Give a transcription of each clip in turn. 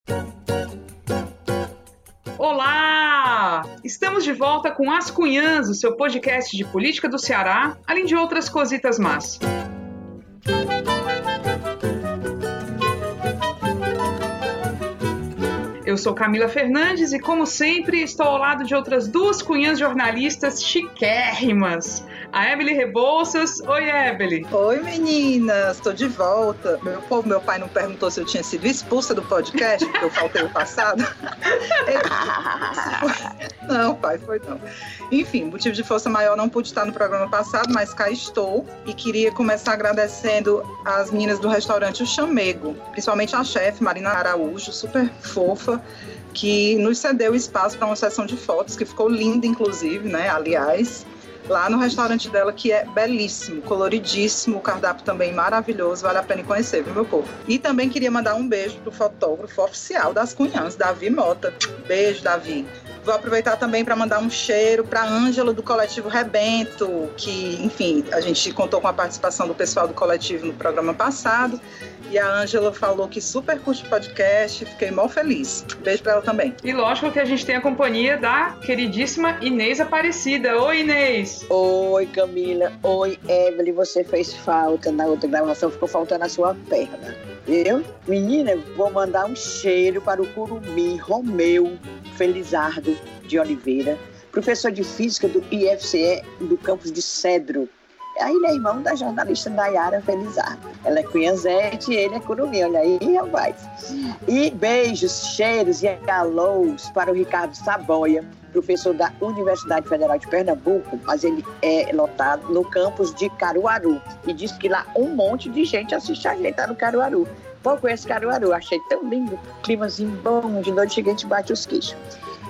Olá! Estamos de volta com As Cunhãs, o seu podcast de política do Ceará, além de outras cositas más. Eu sou Camila Fernandes e, como sempre, estou ao lado de outras duas cunhãs jornalistas chiquérrimas. A Ebeli Rebouças. Oi, Ebeli. Oi, meninas. Estou de volta. Meu pai não perguntou se eu tinha sido expulsa do podcast, porque eu faltei o passado. Não, pai, foi não. Enfim, motivo de força maior, não pude estar no programa passado, mas cá estou. E queria começar agradecendo as meninas do restaurante O Chamego, principalmente a chefe, Marina Araújo, super fofa, que nos cedeu espaço para uma sessão de fotos, que ficou linda, inclusive, né? Aliás, lá no restaurante dela, que é belíssimo, coloridíssimo, o cardápio também maravilhoso, vale a pena conhecer, viu, meu povo? E também queria mandar um beijo pro fotógrafo oficial das Cunhãs, Davi Mota. Beijo, Davi. Vou aproveitar também para mandar um cheiro para a Ângela do Coletivo Rebento, que, enfim, a gente contou com a participação do pessoal do coletivo no programa passado, e a Ângela falou que super curte o podcast, fiquei mó feliz. Beijo para ela também. E lógico que a gente tem a companhia da queridíssima Inês Aparecida. Oi, Inês! Oi, Camila. Oi, Ebeli. Você fez falta na outra gravação, ficou faltando a sua perna. Eu, menina, vou mandar um cheiro para o Curumim Romeu Felizardo de Oliveira, professor de Física do IFCE do campus de Cedro. Aí ele é irmão da jornalista Nayara Felizardo. Ela é cunhanzete e ele é Curumim, olha aí, rapaz. E beijos, cheiros e alôs para o Ricardo Saboia, professor da Universidade Federal de Pernambuco, mas ele é lotado no campus de Caruaru. E diz que lá um monte de gente assiste a gente lá no Caruaru. Pô, conheço Caruaru, achei tão lindo, climazinho bom, de noite chega a gente bate os queixos.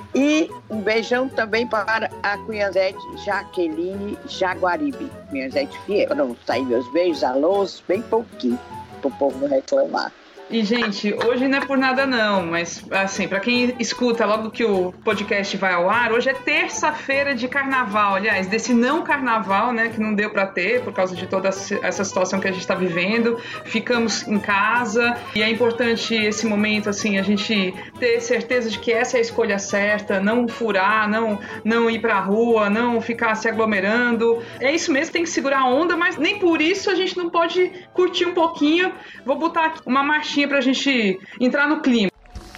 E um beijão também para a cunhanzete Jaqueline Jaguaribe, cunhanzete fiel. Não, tá aí meus beijos, alôs, bem pouquinho, para o povo não reclamar. E, gente, hoje não é por nada não, mas, assim, pra quem escuta logo que o podcast vai ao ar, hoje é terça-feira de carnaval, aliás, desse não carnaval, né, que não deu pra ter por causa de toda essa situação que a gente tá vivendo. Ficamos em casa e é importante esse momento, assim, a gente ter certeza de que essa é a escolha certa, não furar, não ir pra rua, não ficar se aglomerando. É isso mesmo, tem que segurar a onda, mas nem por isso a gente não pode curtir um pouquinho. Vou botar aqui uma marchinha pra gente entrar no clima.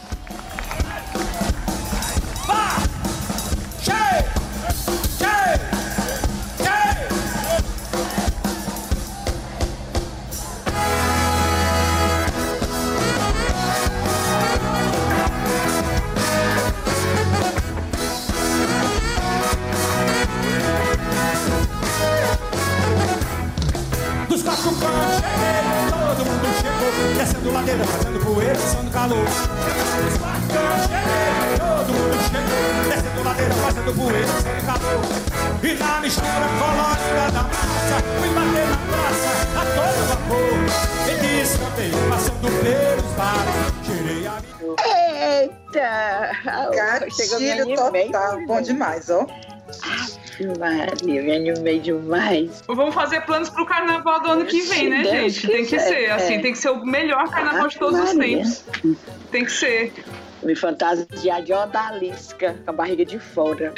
Dos quatro cantos, todo mundo chegou, descendo ladeira, fazendo poeira, passando calor. Dos quatro cantos, todo mundo chegou, descendo ladeira, fazendo poeira, passando calor. E na mistura colórica da massa, fui bater na praça a todo vapor. E descantei, passando pelos bares, tirei a minha... Eita! Gatilho total, bom demais, ó. Maria, me animei demais. Vamos fazer planos pro carnaval do ano que vem, né, gente? Tem que ser, assim, tem que ser o melhor carnaval de todos os tempos. Tem que ser. Me fantasiar de odalisca, com a barriga de fora.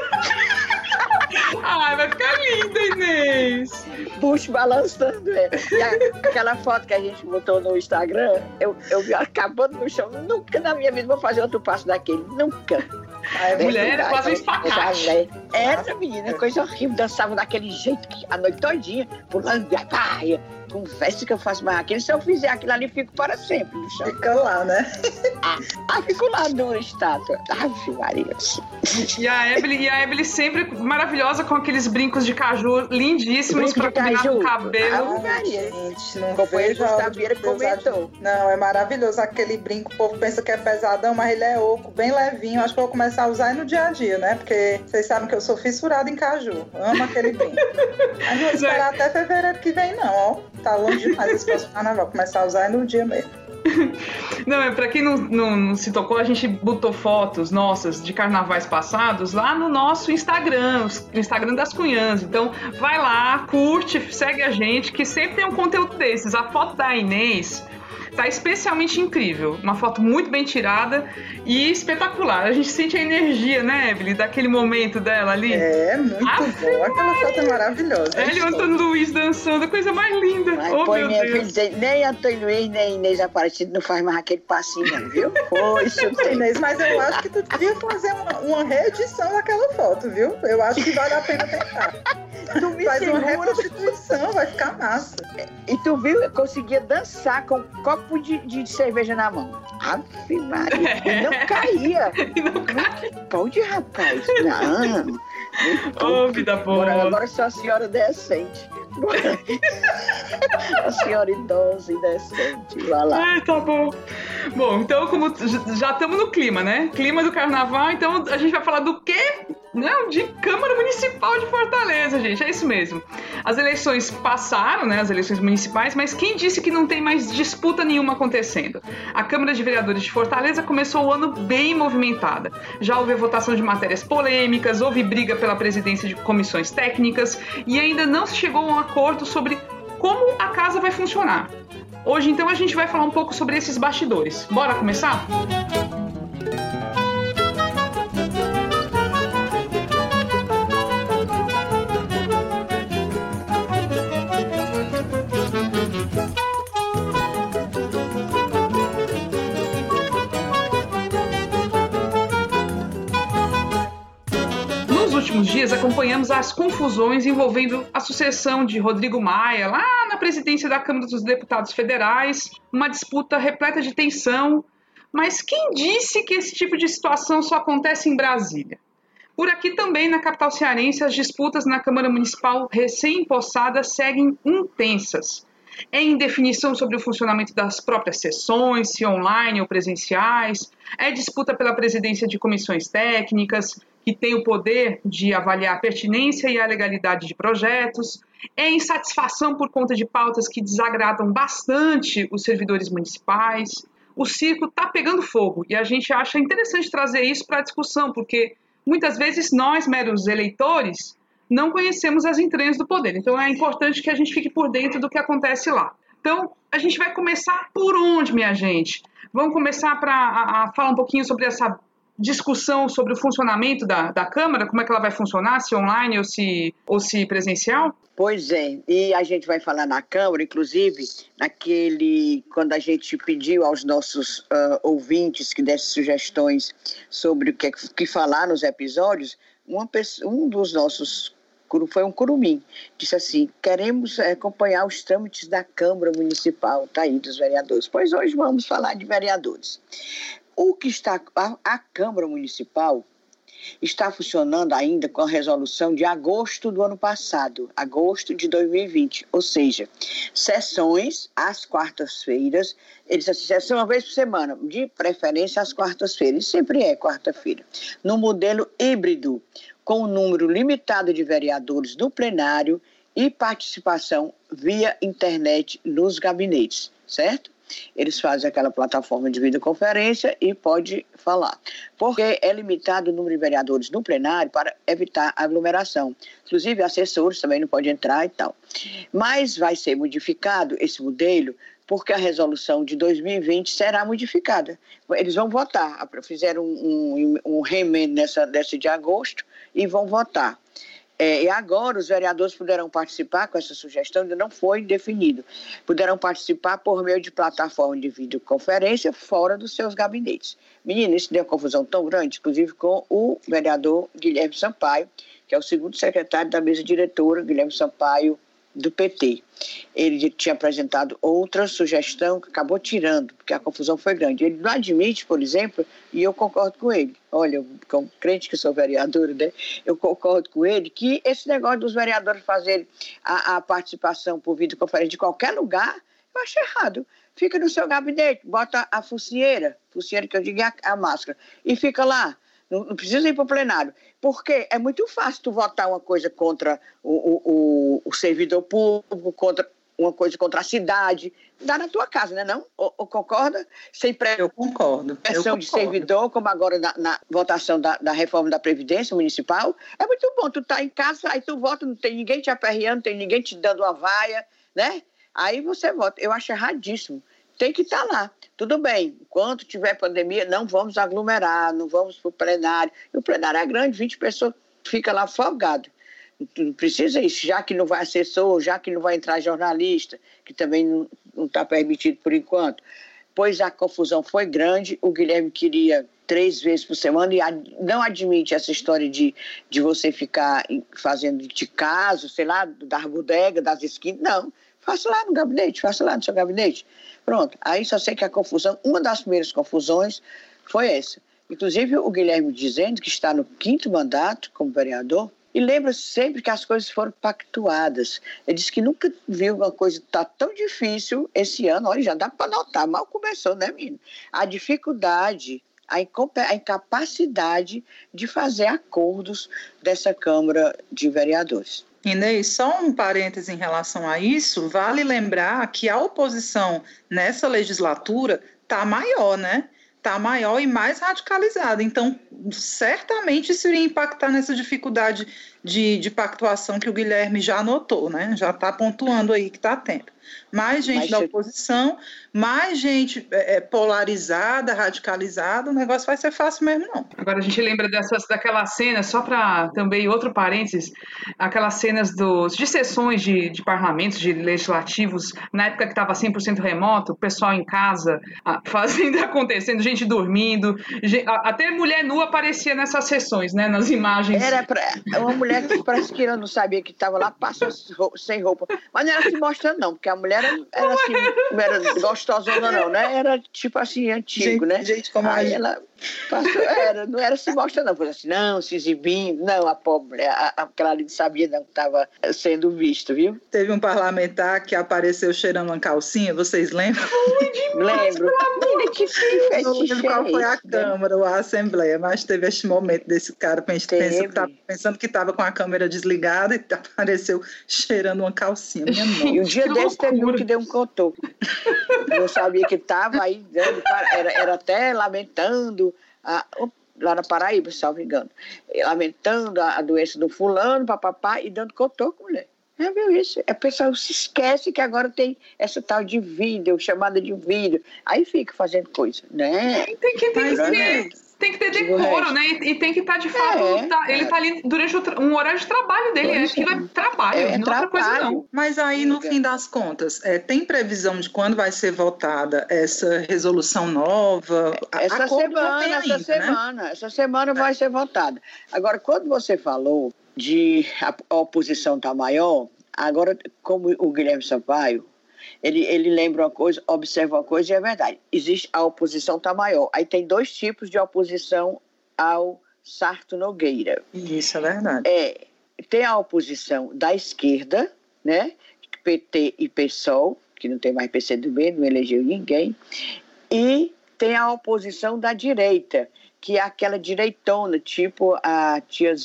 Ai, vai ficar linda, Inês. Puxo balançando ela. E aquela foto que a gente botou no Instagram, eu vi acabando no chão. Nunca na minha vida vou fazer outro passo daquele. Nunca. Mulher, é quase um espacate. Essa menina, coisa horrível, dançava daquele jeito que a noite todinha, pulando de praia. Conversa que eu faço mais aquilo. Se eu fizer aquilo ali, fico para sempre no chão. Fica lá, né? Fico lá no estátua. Ave Maria. E a Ebeli sempre maravilhosa com aqueles brincos de caju lindíssimos para combinar com o cabelo. Maria, gente, não vejo a hora de comentou. Não, é maravilhoso aquele brinco. O povo pensa que é pesadão, mas ele é oco, bem levinho. Acho que eu vou começar a usar no dia a dia, né? Porque vocês sabem que eu sou fissurada em caju. Amo aquele brinco. Mas não vou esperar até fevereiro que vem, não, ó. Tá longe demais esse próximo carnaval. Começar a usar no dia mesmo. Não, pra quem não se tocou, a gente botou fotos nossas de carnavais passados lá no nosso Instagram, o Instagram das Cunhãs. Então vai lá, curte, segue a gente, que sempre tem um conteúdo desses. A foto da Inês tá especialmente incrível. Uma foto muito bem tirada e espetacular. A gente sente a energia, né, Evelyn, daquele momento dela ali. É, muito bom. Aquela foto é maravilhosa. Ela e o Antônio Luiz dançando, a coisa mais linda. Meu Deus. Nem Antônio Luiz, nem Inês Aparecido não faz mais aquele passinho, não, viu? Foi isso. Inês, mas eu acho que tu devia fazer uma reedição daquela foto, viu? Eu acho que vale a pena tentar. Faz uma reconstituição, vai ficar massa. E tu viu, eu conseguia dançar com um copo de cerveja na mão. Ave Maria. E não caía. Pode, rapaz. Não. Ô, vida boa. Agora sou a senhora decente. A senhora idosa e decente. Vai lá. Ai, tá bom. Bom, então, como já estamos no clima, né? Clima do carnaval, então a gente vai falar do quê? Não, de Câmara Municipal de Fortaleza, gente. É isso mesmo. As eleições passaram, né? As eleições municipais, mas quem disse que não tem mais disputa nenhuma acontecendo? A Câmara de Vereadores de Fortaleza começou o ano bem movimentada. Já houve votação de matérias polêmicas, houve briga pela presidência de comissões técnicas e ainda não se chegou a um acordo sobre como a casa vai funcionar. Hoje, então, a gente vai falar um pouco sobre esses bastidores. Bora começar? Nos últimos dias, acompanhamos as confusões envolvendo a sucessão de Rodrigo Maia lá na presidência da Câmara dos Deputados Federais, uma disputa repleta de tensão. Mas quem disse que esse tipo de situação só acontece em Brasília? Por aqui também, na capital cearense, as disputas na Câmara Municipal recém-impossada seguem intensas. É indefinição sobre o funcionamento das próprias sessões, se online ou presenciais, é disputa pela presidência de comissões técnicas, que tem o poder de avaliar a pertinência e a legalidade de projetos, é insatisfação por conta de pautas que desagradam bastante os servidores municipais. O circo está pegando fogo e a gente acha interessante trazer isso para a discussão, porque muitas vezes nós, meros eleitores, não conhecemos as entranhas do poder. Então é importante que a gente fique por dentro do que acontece lá. Então a gente vai começar por onde, minha gente? Vamos começar a falar um pouquinho sobre essa discussão sobre o funcionamento da Câmara, como é que ela vai funcionar, se online ou se presencial? Pois é, e a gente vai falar na Câmara, inclusive, quando a gente pediu aos nossos ouvintes que dessem sugestões sobre o que falar nos episódios, um dos nossos, foi um curumim, disse assim, queremos acompanhar os trâmites da Câmara Municipal, tá aí, dos vereadores. Pois hoje vamos falar de vereadores. A Câmara Municipal está funcionando ainda com a resolução de agosto do ano passado, agosto de 2020, ou seja, sessões às quartas-feiras, eles assistem sessão uma vez por semana, de preferência às quartas-feiras, sempre é quarta-feira, no modelo híbrido, com um número limitado de vereadores no plenário e participação via internet nos gabinetes, certo? Eles fazem aquela plataforma de videoconferência e pode falar. Porque é limitado o número de vereadores no plenário para evitar aglomeração. Inclusive, assessores também não podem entrar e tal. Mas vai ser modificado esse modelo porque a resolução de 2020 será modificada. Eles vão votar. Fizeram um remendo dessa de agosto e vão votar. E agora os vereadores poderão participar com essa sugestão, ainda não foi definido, poderão participar por meio de plataforma de videoconferência fora dos seus gabinetes. Menina, isso deu uma confusão tão grande, inclusive com o vereador Guilherme Sampaio, que é o segundo secretário da mesa diretora, Guilherme Sampaio, do PT. Ele tinha apresentado outra sugestão que acabou tirando, porque a confusão foi grande. Ele não admite, por exemplo, e eu concordo com ele, olha, como crente que sou vereadora, né? Eu concordo com ele que esse negócio dos vereadores fazerem a participação por videoconferência de qualquer lugar, eu acho errado. Fica no seu gabinete, bota a focinheira que eu digo é a máscara, e fica lá. Não precisa ir para o plenário, porque é muito fácil tu votar uma coisa contra o servidor público, uma coisa contra a cidade, dá na tua casa, né não? Ou concorda? Eu concordo. Pressão de servidor, como agora na votação da reforma da Previdência Municipal, é muito bom, tu tá em casa, aí tu vota, não tem ninguém te aperreando, não tem ninguém te dando uma vaia, né? Aí você vota. Eu acho erradíssimo tem que estar lá. Tudo bem, enquanto tiver pandemia, não vamos aglomerar, não vamos para o plenário. E o plenário é grande, 20 pessoas fica lá folgado. Não precisa isso, já que não vai assessor, já que não vai entrar jornalista, que também não está permitido por enquanto. Pois a confusão foi grande, o Guilherme queria 3 vezes por semana e não admite essa história de você ficar fazendo de caso, sei lá, das bodegas, das esquinas. Não, faça lá no gabinete, faça lá no seu gabinete. Pronto, aí só sei que a confusão, uma das primeiras confusões foi essa. Inclusive o Guilherme dizendo que está no 5º mandato como vereador, e lembra sempre que as coisas foram pactuadas. Ele disse que nunca viu uma coisa tá tão difícil esse ano. Olha, já dá para notar, mal começou, né, menina? A dificuldade, a incapacidade de fazer acordos dessa Câmara de Vereadores. Inês, só um parêntese em relação a isso, vale lembrar que a oposição nessa legislatura está maior, né? Está maior e mais radicalizada. Então, certamente isso iria impactar nessa dificuldade de pactuação que o Guilherme já notou, né? Já está pontuando aí que está tendo. Mais gente da oposição, mais gente polarizada, radicalizada, o negócio vai ser fácil mesmo, não. Agora a gente lembra daquelas cenas, só para também outro parênteses, aquelas cenas de sessões de parlamentos, de legislativos, na época que estava 100% remoto, o pessoal em casa fazendo, acontecendo, gente dormindo, até mulher nua aparecia nessas sessões, né, nas imagens. Era uma mulher que parece que eu não sabia que estava lá, passou sem roupa, mas não era se mostrando não, porque a mulher era assim, não era gostosona não, né? Era tipo assim, antigo, né? Gente como aí ela passou, não era se mostrando não, foi assim, não, se exibindo, não, a pobre, aquela ali não sabia não que estava sendo visto, viu? Teve um parlamentar que apareceu cheirando uma calcinha, vocês lembram? Lembro. Não lembro qual foi a Câmara ou a Assembleia, mas teve esse momento desse cara pensando que estava com a câmera desligada e apareceu cheirando uma calcinha. E um dia desse teve um que deu um cotoco. Eu sabia que estava aí, era até lamentando, lá na Paraíba, salvo engano, lamentando a doença do fulano, papapá, e dando cotoco, mulher. Já viu isso? O pessoal se esquece que agora tem essa tal de vídeo, chamada de vídeo. Aí fica fazendo coisa, né? Tem que ter decoro, né? E tem que estar, de fato, ele está ali durante um horário de trabalho dele. Aquilo é trabalho, não é outra coisa não. Mas aí, no fim das contas, tem previsão de quando vai ser votada essa resolução nova? Essa semana vai ser votada. Agora, quando você falou de a oposição estar maior, agora, como o Guilherme Sampaio, ele lembra uma coisa, observa uma coisa e é verdade. Existe a oposição está maior. Aí tem 2 tipos de oposição ao Sarto Nogueira. Isso é verdade. Tem a oposição da esquerda, né? PT e PSOL, que não tem mais PCdoB, não elegeu ninguém. E tem a oposição da direita, que é aquela direitona, tipo a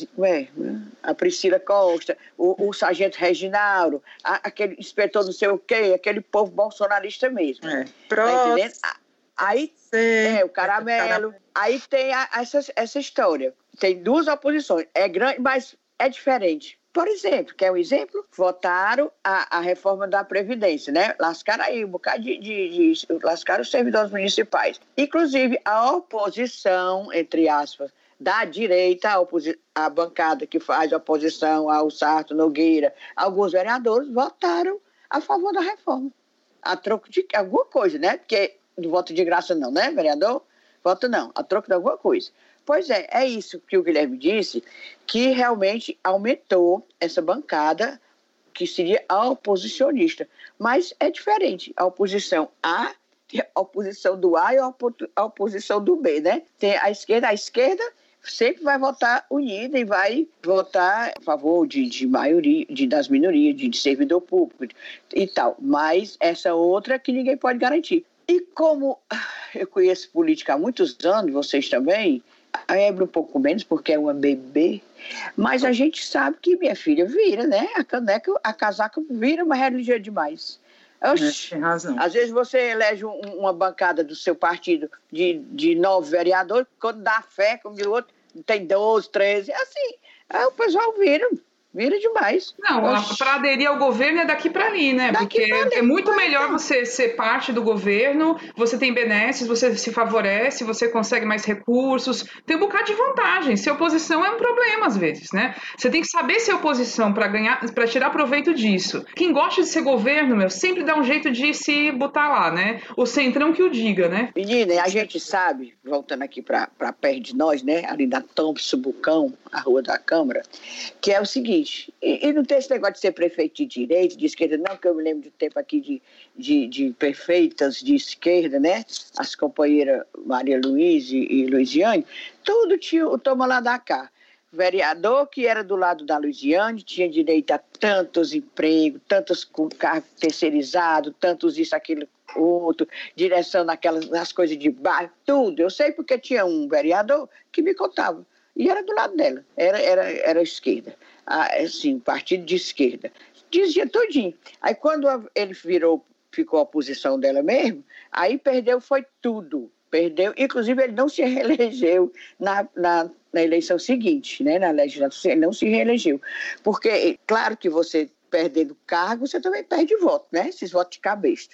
a Priscila Costa, o sargento Reginaldo, aquele inspetor não sei o quê, aquele povo bolsonarista mesmo. Tá entendendo? Aí o caramelo. Aí tem essa história. Tem 2 oposições. É grande, mas é diferente. Por exemplo, quer um exemplo? Votaram a reforma da Previdência, né? Lascaram aí um bocado lascaram os servidores municipais. Inclusive, a oposição, entre aspas, da direita, a bancada que faz oposição ao Sarto Nogueira, alguns vereadores votaram a favor da reforma. A troco de alguma coisa, né? Porque não voto de graça não, né, vereador? Voto não, a troco de alguma coisa. Pois é isso que o Guilherme disse, que realmente aumentou essa bancada, que seria a oposicionista. Mas é diferente, a oposição A, a oposição do A e a oposição do B, né? Tem a esquerda sempre vai votar unida e vai votar a favor de maioria, das minorias, de servidor público e tal. Mas essa outra que ninguém pode garantir. E como eu conheço política há muitos anos, vocês também, a Ebre um pouco menos, porque é uma bebê, mas a gente sabe que minha filha vira, né? A casaca vira uma religião demais. Tem razão. Às vezes você elege uma bancada do seu partido de 9 vereadores, quando dá fé, como diz o outro, tem 12, 13, assim. Aí o pessoal vira Vira demais. Não, para aderir ao governo é daqui para ali, né? Porque é muito melhor você ser parte do governo, você tem benesses, você se favorece, você consegue mais recursos, tem um bocado de vantagem. Ser oposição é um problema às vezes, né? Você tem que saber ser oposição para ganhar, para tirar proveito disso. Quem gosta de ser governo, sempre dá um jeito de se botar lá, né? O centrão que o diga, né? Menina, a gente sabe, voltando aqui para perto de nós, né? Ali na Thompson Bucão, a Rua da Câmara, que é o seguinte, e não tem esse negócio de ser prefeito de direita, de esquerda, não, que eu me lembro do tempo aqui de prefeitas de esquerda, né? As companheiras Maria Luísa e Luiziane, tudo tinha o toma lá da cá. Vereador que era do lado da Luiziane tinha direito a tantos empregos, tantos cargos terceirizados, tantos isso, aquilo, outro, direção nas coisas de bairro, tudo. Eu sei porque tinha um vereador que me contava. E era do lado dela, era esquerda, assim, partido de esquerda. Dizia tudinho. Aí quando ele ficou a posição dela mesmo, aí perdeu, foi tudo. Perdeu, inclusive ele não se reelegeu na eleição seguinte, né? Na legislatura, ele não se reelegeu. Porque, claro que você perdendo cargo, você também perde voto, né? Esses votos de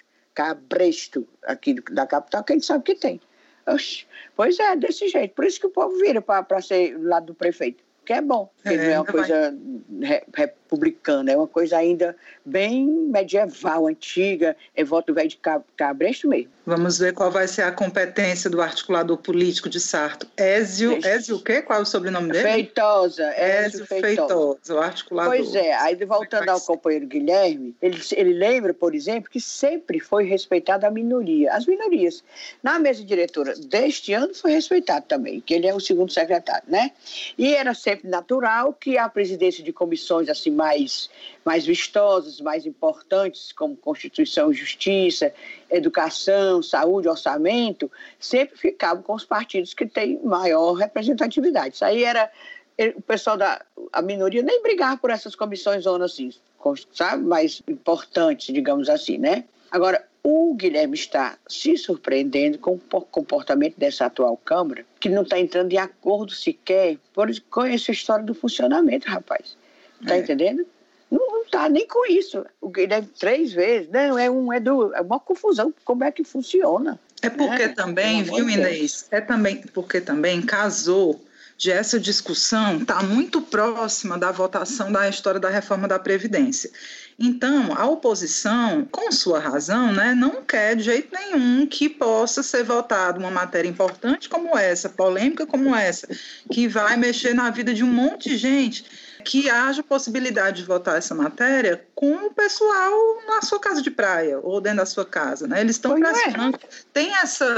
cabresto aqui da capital, que a gente sabe que tem. Oxe, pois é, desse jeito. Por isso que o povo vira para ser do lado do prefeito. Que é bom, porque não é uma coisa republicana, é uma coisa ainda bem medieval, antiga, é voto velho de cabresto mesmo. Vamos ver qual vai ser a competência do articulador político de Sarto. Ézio o quê? Qual é o sobrenome dele? Feitosa. Ézio Feitosa, o articulador. Pois é, aí voltando ao companheiro Guilherme, ele lembra, por exemplo, que sempre foi respeitada a minoria, as minorias. Na mesa diretora deste ano foi respeitado também, que ele é o segundo secretário, né? E era sempre natural que a presidência de comissões assim mais vistosas, mais importantes, como Constituição e Justiça, Educação, Saúde, Orçamento, sempre ficavam com os partidos que têm maior representatividade. Isso aí era o pessoal a minoria nem brigava por essas comissões assim, sabe, mais importantes, digamos assim, né? Agora, o Guilherme está se surpreendendo com o comportamento dessa atual Câmara, que não está entrando em acordo sequer com essa história do funcionamento, rapaz. Está entendendo? Não está nem com isso. O Guilherme 3 vezes, não, é uma confusão. Como é que funciona? É porque também, viu, Inês? É também porque também casou. Essa discussão está muito próxima da votação da história da reforma da Previdência. Então, a oposição, com sua razão, né, não quer de jeito nenhum que possa ser votada uma matéria importante como essa, polêmica como essa, que vai mexer na vida de um monte de gente, que haja possibilidade de votar essa matéria com o pessoal na sua casa de praia ou dentro da sua casa, né? Eles estão pressionando. Tem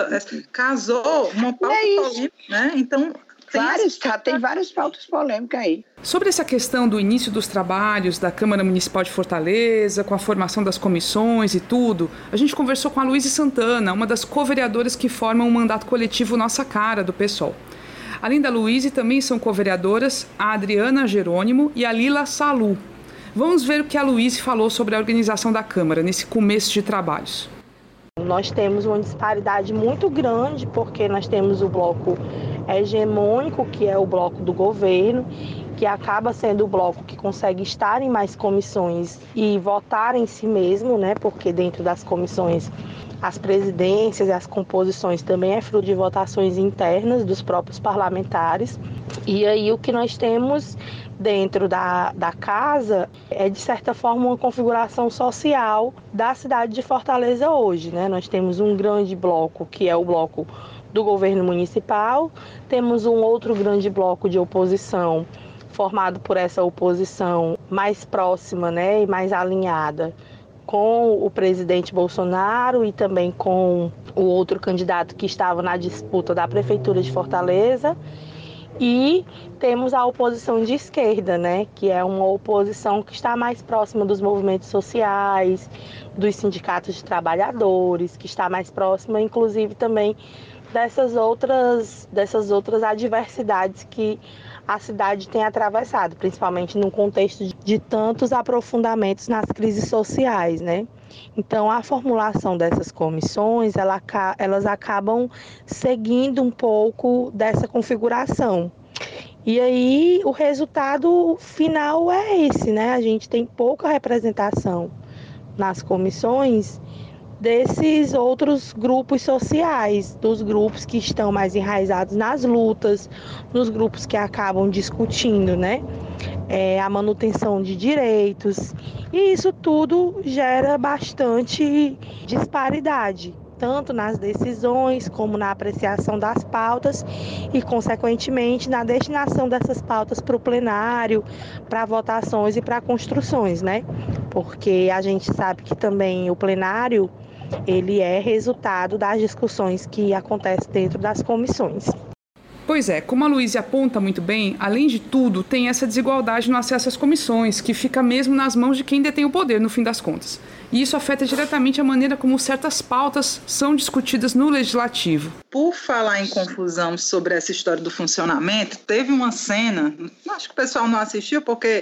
casou uma pauta polêmica, né? Então... Tem várias pautas polêmicas aí. Sobre essa questão do início dos trabalhos da Câmara Municipal de Fortaleza, com a formação das comissões e tudo, a gente conversou com a Luísa Santana, uma das co-vereadoras que formam o mandato coletivo Nossa Cara, do PSOL. Além da Luísa, também são co-vereadoras a Adriana Jerônimo e a Lila Salu. Vamos ver o que a Luísa falou sobre a organização da Câmara nesse começo de trabalhos. Nós temos uma disparidade muito grande, porque nós temos o bloco hegemônico, que é o bloco do governo, que acaba sendo o bloco que consegue estar em mais comissões e votar em si mesmo, né? Porque dentro das comissões as presidências e as composições também é fruto de votações internas dos próprios parlamentares. E aí o que nós temos dentro da casa é, de certa forma, uma configuração social da cidade de Fortaleza hoje, né? Nós temos um grande bloco, que é o bloco do governo municipal, temos um outro grande bloco de oposição, formado por essa oposição mais próxima, né, e mais alinhada com o presidente Bolsonaro e também com o outro candidato que estava na disputa da Prefeitura de Fortaleza. E temos a oposição de esquerda, né, que é uma oposição que está mais próxima dos movimentos sociais, dos sindicatos de trabalhadores, que está mais próxima, inclusive, também dessas outras adversidades que a cidade tem atravessado, principalmente no contexto de tantos aprofundamentos nas crises sociais, né? Então, a formulação dessas comissões, elas acabam seguindo um pouco dessa configuração. E aí o resultado final é esse, né? A gente tem pouca representação nas comissões desses outros grupos sociais, dos grupos que estão mais enraizados nas lutas, nos grupos que acabam discutindo, né? A manutenção de direitos. E isso tudo gera bastante disparidade, tanto nas decisões como na apreciação das pautas e, consequentemente, na destinação dessas pautas para o plenário, para votações e para construções, né? Porque a gente sabe que também o plenário, ele é resultado das discussões que acontecem dentro das comissões. Pois é, como a Luísa aponta muito bem, além de tudo, tem essa desigualdade no acesso às comissões, que fica mesmo nas mãos de quem detém o poder, no fim das contas. E isso afeta diretamente a maneira como certas pautas são discutidas no Legislativo. Por falar em confusão sobre essa história do funcionamento, teve uma cena, acho que o pessoal não assistiu porque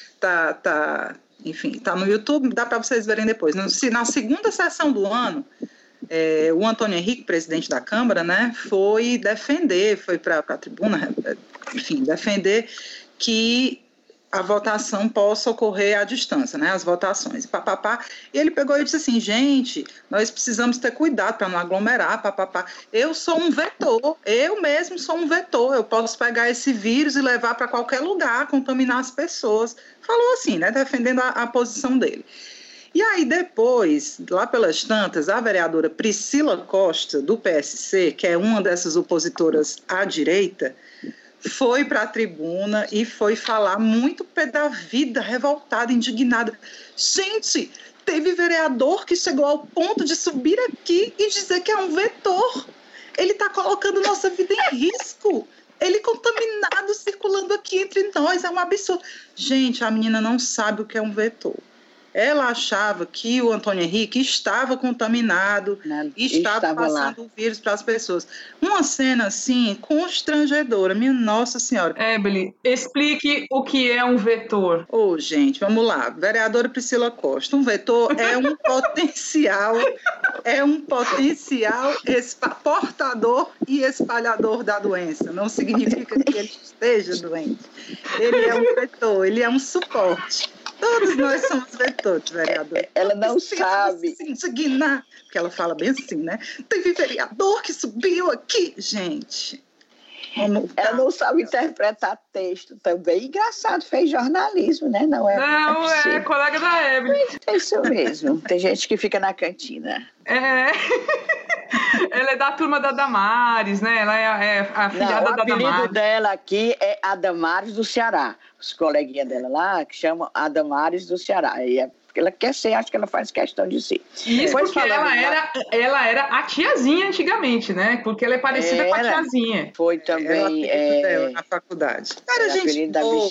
enfim, tá no YouTube, dá para vocês verem depois. Na segunda sessão do ano, o Antônio Henrique, presidente da Câmara, né, foi para a tribuna, enfim, defender que a votação possa ocorrer à distância, né, as votações, e ele pegou e disse assim, gente, nós precisamos ter cuidado para não aglomerar, eu sou um vetor, eu mesmo sou um vetor, eu posso pegar esse vírus e levar para qualquer lugar, contaminar as pessoas, falou assim, né, defendendo a posição dele. E aí depois, lá pelas tantas, a vereadora Priscila Costa, do PSC, que é uma dessas opositoras à direita, foi para a tribuna e foi falar muito pé da vida, revoltada, indignada. Gente, teve vereador que chegou ao ponto de subir aqui e dizer que é um vetor. Ele está colocando nossa vida em risco. Ele contaminado, circulando aqui entre nós, é um absurdo. Gente, a menina não sabe o que é um vetor. Ela achava que o Antônio Henrique estava contaminado, estava passando o vírus para as pessoas. Uma cena, assim, constrangedora. Minha Nossa Senhora. Ebeli, explique o que é um vetor. Gente, vamos lá. Vereadora Priscila Costa. Um vetor é um potencial portador e espalhador da doença. Não significa que ele esteja doente. Ele é um vetor, ele é um suporte. Todos nós somos vetores, vereador. Ela não sabe. Se indignar, porque ela fala bem assim, né? Teve vereador que subiu aqui. Gente, ela não sabe interpretar texto também. Engraçado, fez jornalismo, né? Não, é colega da Evelyn. É isso mesmo. Tem gente que fica na cantina. Ela é da turma da Damares, né? Ela é a filhada da Damares. O apelido dela aqui é Adamares do Ceará. Os coleguinhas dela lá, que chamam Adamares do Ceará. E ela quer ser, acho que ela faz questão de ser. Isso porque ela era a tiazinha antigamente, né? Porque ela é parecida com a tiazinha. Foi também... dela na faculdade. Era gente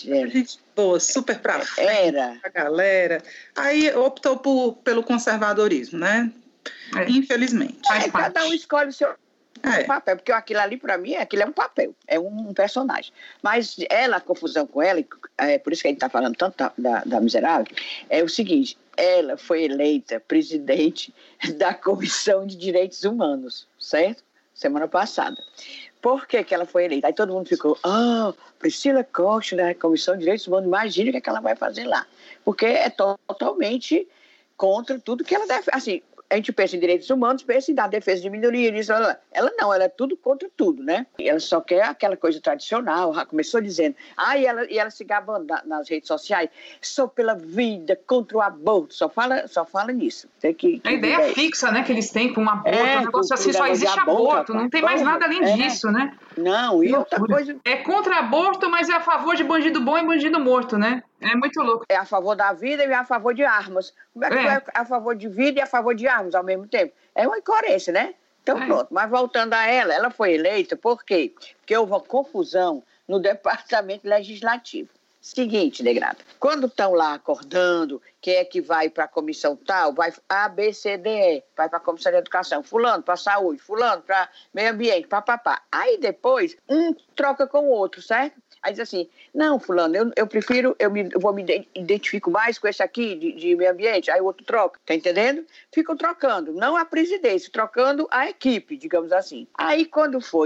boa, super pra frente, a galera. Aí optou pelo conservadorismo, né? Infelizmente. Cada um escolhe o seu papel, porque aquilo ali, para mim, aquilo é um papel, é um personagem. Mas a confusão com ela, por isso que a gente está falando tanto da miserável, é o seguinte, ela foi eleita presidente da Comissão de Direitos Humanos, certo? Semana passada. Por que ela foi eleita? Aí todo mundo ficou, Priscila Costa, da Comissão de Direitos Humanos, imagina o que ela vai fazer lá. Porque é totalmente contra tudo que ela deve, assim... A gente pensa em direitos humanos, pensa em dar defesa de minorias. Ela não, ela é tudo contra tudo, né? Ela só quer aquela coisa tradicional. Já começou dizendo, e ela se gabando nas redes sociais, sou pela vida, contra o aborto. Só fala nisso. A ideia fixa, né, que eles têm com o aborto, um negócio assim, só existe aborto, não tem mais nada além disso, né? Não, e outra coisa... É contra aborto, mas é a favor de bandido bom e bandido morto, né? É muito louco. É a favor da vida e é a favor de armas. Como é que é a favor de vida e a favor de armas ao mesmo tempo? É uma incoerência, né? Então pronto, mas voltando a ela foi eleita por quê? Porque houve uma confusão no Departamento Legislativo. Seguinte, Negrada, quando estão lá acordando, quem é que vai para a comissão tal, vai A, B, C, D, E, vai para a comissão de educação, fulano para saúde, fulano para meio ambiente, papapá. Aí depois, um troca com o outro, certo? Aí diz assim, não, fulano, eu prefiro, eu vou me identifico mais com esse aqui de meio ambiente, aí o outro troca, tá entendendo? Ficam trocando, não a presidência, trocando a equipe, digamos assim. Aí quando foi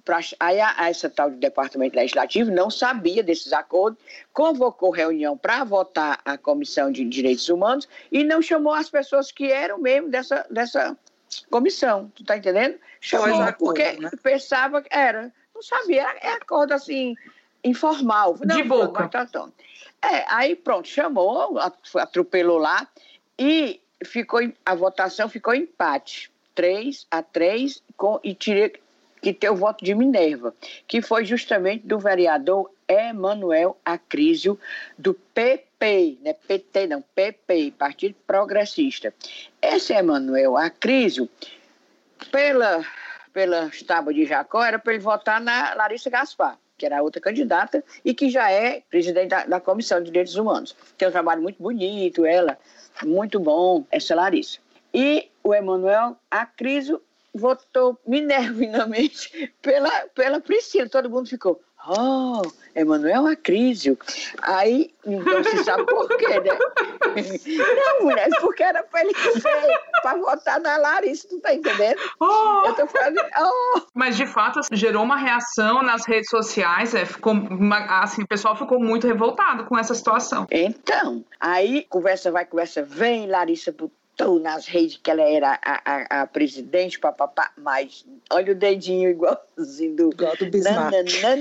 Aí essa tal de Departamento Legislativo não sabia desses acordos, convocou reunião para votar a Comissão de Direitos Humanos e não chamou as pessoas que eram mesmo dessa comissão, tu tá entendendo? Chamou porque pensava que era, não sabia, é acordo assim, informal. Não, de boca. Aí pronto, chamou, atropelou lá e a votação ficou empate, 3-3, e tirei que tem o voto de Minerva, que foi justamente do vereador Emanuel Acrísio, do PP, não é PT não, PP, Partido Progressista. Esse Emanuel Acrísio, pela tábua de Jacó, era para ele votar na Larissa Gaspar, que era a outra candidata e que já é presidente da Comissão de Direitos Humanos. Tem um trabalho muito bonito, muito bom, essa Larissa. E o Emanuel Acrísio votou minervinamente pela Priscila. Todo mundo ficou, Emanuel Acrísio. Aí, não se sabe por quê, né? Não, mulher, porque era para ele ser, para votar na Larissa, tu tá entendendo? Eu tô falando, Mas, de fato, gerou uma reação nas redes sociais, o pessoal ficou muito revoltado com essa situação. Então, aí, conversa vai, conversa vem, Larissa nas redes que ela era a presidente, papapá, mas olha o dedinho igualzinho do Bismarck.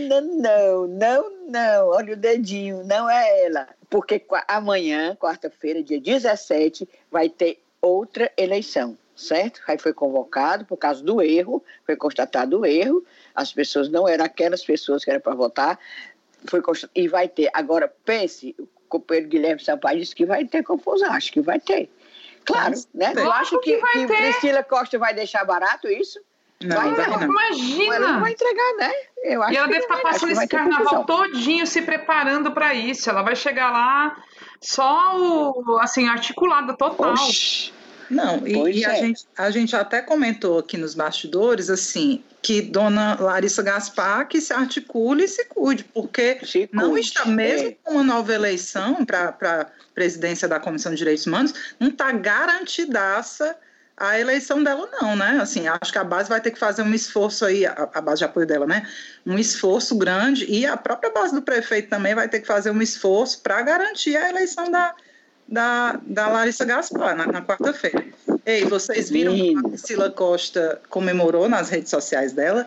Não, olha o dedinho, não é ela. Porque amanhã, quarta-feira, dia 17, vai ter outra eleição, certo? Aí foi convocado por causa do erro, foi constatado o erro, as pessoas não eram aquelas pessoas que eram para votar, e vai ter. Agora, pense, o companheiro Guilherme Sampaio disse que vai ter confusão, acho que vai ter. Claro, né? Tu acha que Priscila Costa vai deixar barato isso? Não, imagina! Ela não vai entregar, né? Eu acho e ela deve estar passando esse carnaval todinho se preparando para isso. Ela vai chegar lá só articulada total. Oxi. Não, e a gente até comentou aqui nos bastidores, assim, que dona Larissa Gaspar que se articule e se cuide, porque não está, mesmo com uma nova eleição para presidência da Comissão de Direitos Humanos, não está garantidaça a eleição dela não, né? Assim, acho que a base vai ter que fazer um esforço aí, a base de apoio dela, né? Um esforço grande, e a própria base do prefeito também vai ter que fazer um esforço para garantir a eleição da Larissa Gaspar na quarta-feira. Ei, vocês viram que a Priscila Costa comemorou nas redes sociais dela?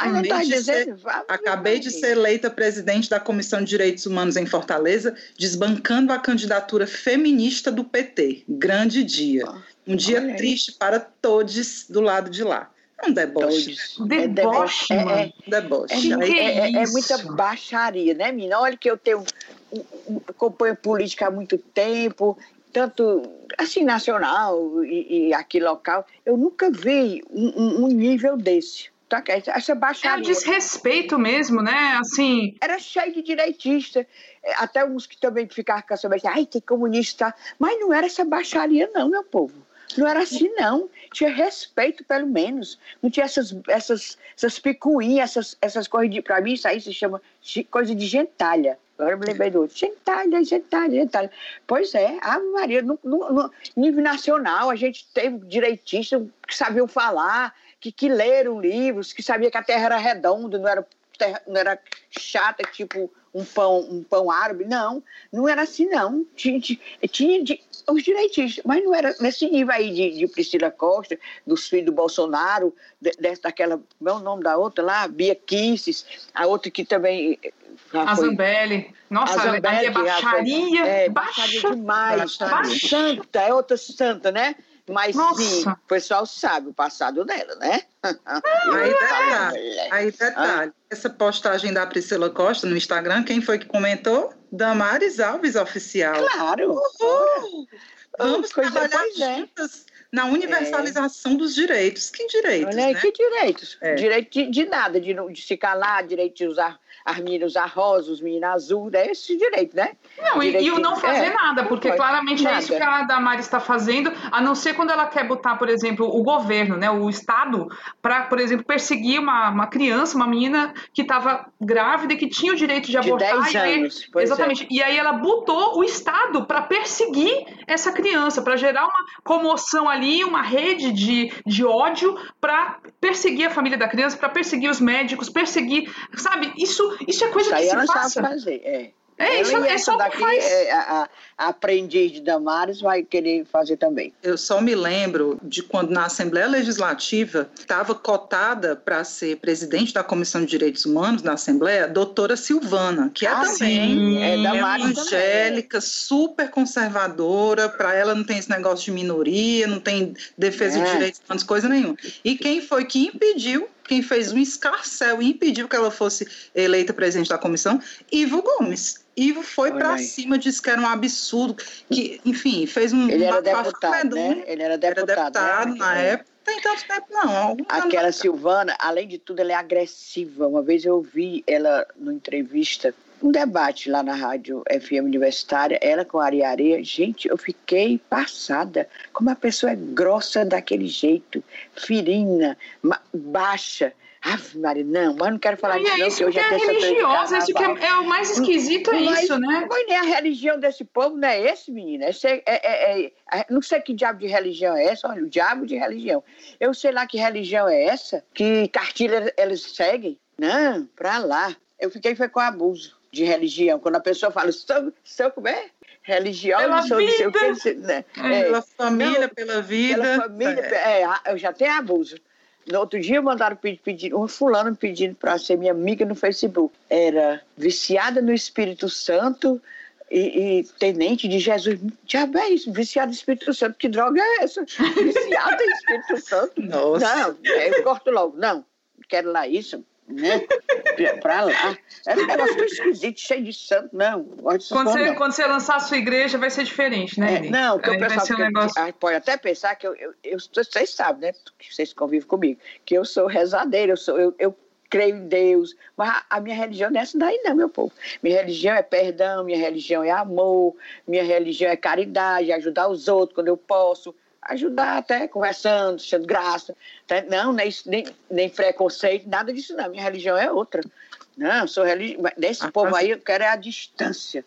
Acabei de ser eleita presidente da Comissão de Direitos Humanos em Fortaleza, desbancando a candidatura feminista do PT. Grande dia. Um dia triste para todos do lado de lá. É um deboche. Deboche, mano. Deboche. É muita baixaria, né, menina? Olha que eu tenho acompanho política há muito tempo, tanto assim nacional e aqui local. Eu nunca vi um nível desse. Tá? Essa baixaria. É um desrespeito mesmo, né? Assim. Era cheio de direitistas, até uns que também ficavam com essa baixaria. Ai, tem comunista. Mas não era essa baixaria, não, meu povo. Não era assim, não. Tinha respeito, pelo menos. Não tinha essas picuinhas, essas coisas. Para mim, isso aí se chama coisa de gentalha. Agora eu me lembrei do outro. Gentalha. Pois é, a Maria, no nível nacional, a gente teve direitistas que sabiam falar, que leram livros, que sabiam que a terra era redonda, não era chata, tipo um pão árabe. Não era assim, não. Tinha os direitistas, mas não era nesse nível aí de Priscila Costa, dos filhos do Bolsonaro, daquela, como é o nome da outra lá? Bia Kicis, a outra que também... A Zambelli. Nossa, a Zambelli é baixaria. Baixaria demais. Santa, é outra santa, né? Mas sim, o pessoal sabe o passado dela, né? Aí detalhe. Essa postagem da Priscila Costa no Instagram, quem foi que comentou? Damares Alves Oficial. Claro. Vamos trabalhar juntas na universalização dos direitos. Que direitos, olha aí, né? Que direitos? Direito de nada, de se calar, direito de usar as meninas usar rosa, os meninos azul, é esse direito, né? Não, e o não fazer nada, porque claramente é isso que a Damares está fazendo, a não ser quando ela quer botar, por exemplo, o governo, né, o Estado, para, por exemplo, perseguir uma criança, uma menina que estava grávida e que tinha o direito de abortar. De 10 anos. Exatamente. E aí ela botou o Estado para perseguir essa criança, para gerar uma comoção ali ali uma rede de ódio para perseguir a família da criança, para perseguir os médicos, perseguir, sabe? Isso é coisa que se passa. Fazer, Isso é só que faz. A aprendiz de Damares vai querer fazer também. Eu só me lembro de quando na Assembleia Legislativa estava cotada para ser presidente da Comissão de Direitos Humanos na Assembleia, a doutora Silvana, que também evangélica, super conservadora, para ela não tem esse negócio de minoria, não tem defesa de direitos humanos, coisa nenhuma. E quem foi que impediu, quem fez um escarcéu e impediu que ela fosse eleita presidente da comissão? Ivo Gomes. Ivo foi para cima, disse que era um absurdo, que, enfim, fez um... Ele era deputado, né? Ele era deputado na época. Não tem tanto tempo, não. Aquela Silvana, além de tudo, ela é agressiva. Uma vez eu ouvi ela numa entrevista, um debate lá na rádio FM Universitária, ela com a Ariareia. Gente, eu fiquei passada. Como a pessoa é grossa daquele jeito, ferina, baixa. Ave Maria, não, mas não quero falar disso, não, que eu já tenho religiosa, isso que é o mais esquisito, isso, né? Mas nem a religião desse povo não é esse, menina. Não sei que diabo de religião é essa, olha, o diabo de religião. Eu sei lá que religião é essa, que cartilha eles seguem. Não, pra lá. Eu fiquei foi com abuso de religião. Quando a pessoa fala, sou como é? Religião, pela não sei o que, né? Pela família, não, pela vida. Pela família, eu já tenho abuso. No outro dia mandaram pedir um fulano pedindo para ser minha amiga no Facebook. Era viciada no Espírito Santo e tenente de Jesus. Diabo é isso, viciada no Espírito Santo. Que droga é essa? Viciada no Espírito Santo? Nossa. Não, eu corto logo. Não quero lá isso, né? Pra lá. Era um negócio esquisito, cheio de santo. Não, quando você lançar a sua igreja, vai ser diferente, né? Não, que o pessoal pode até pensar que vocês sabem, né? Que vocês convivem comigo, que eu sou rezadeira, eu creio em Deus, mas a minha religião não é essa daí não, meu povo. Minha religião é perdão, minha religião é amor, minha religião é caridade, ajudar os outros quando eu posso. Ajudar até conversando, deixando graça. Não, nem preconceito, nada disso não. Minha religião é outra. Não, sou religioso. Desse povo aí eu quero é a distância.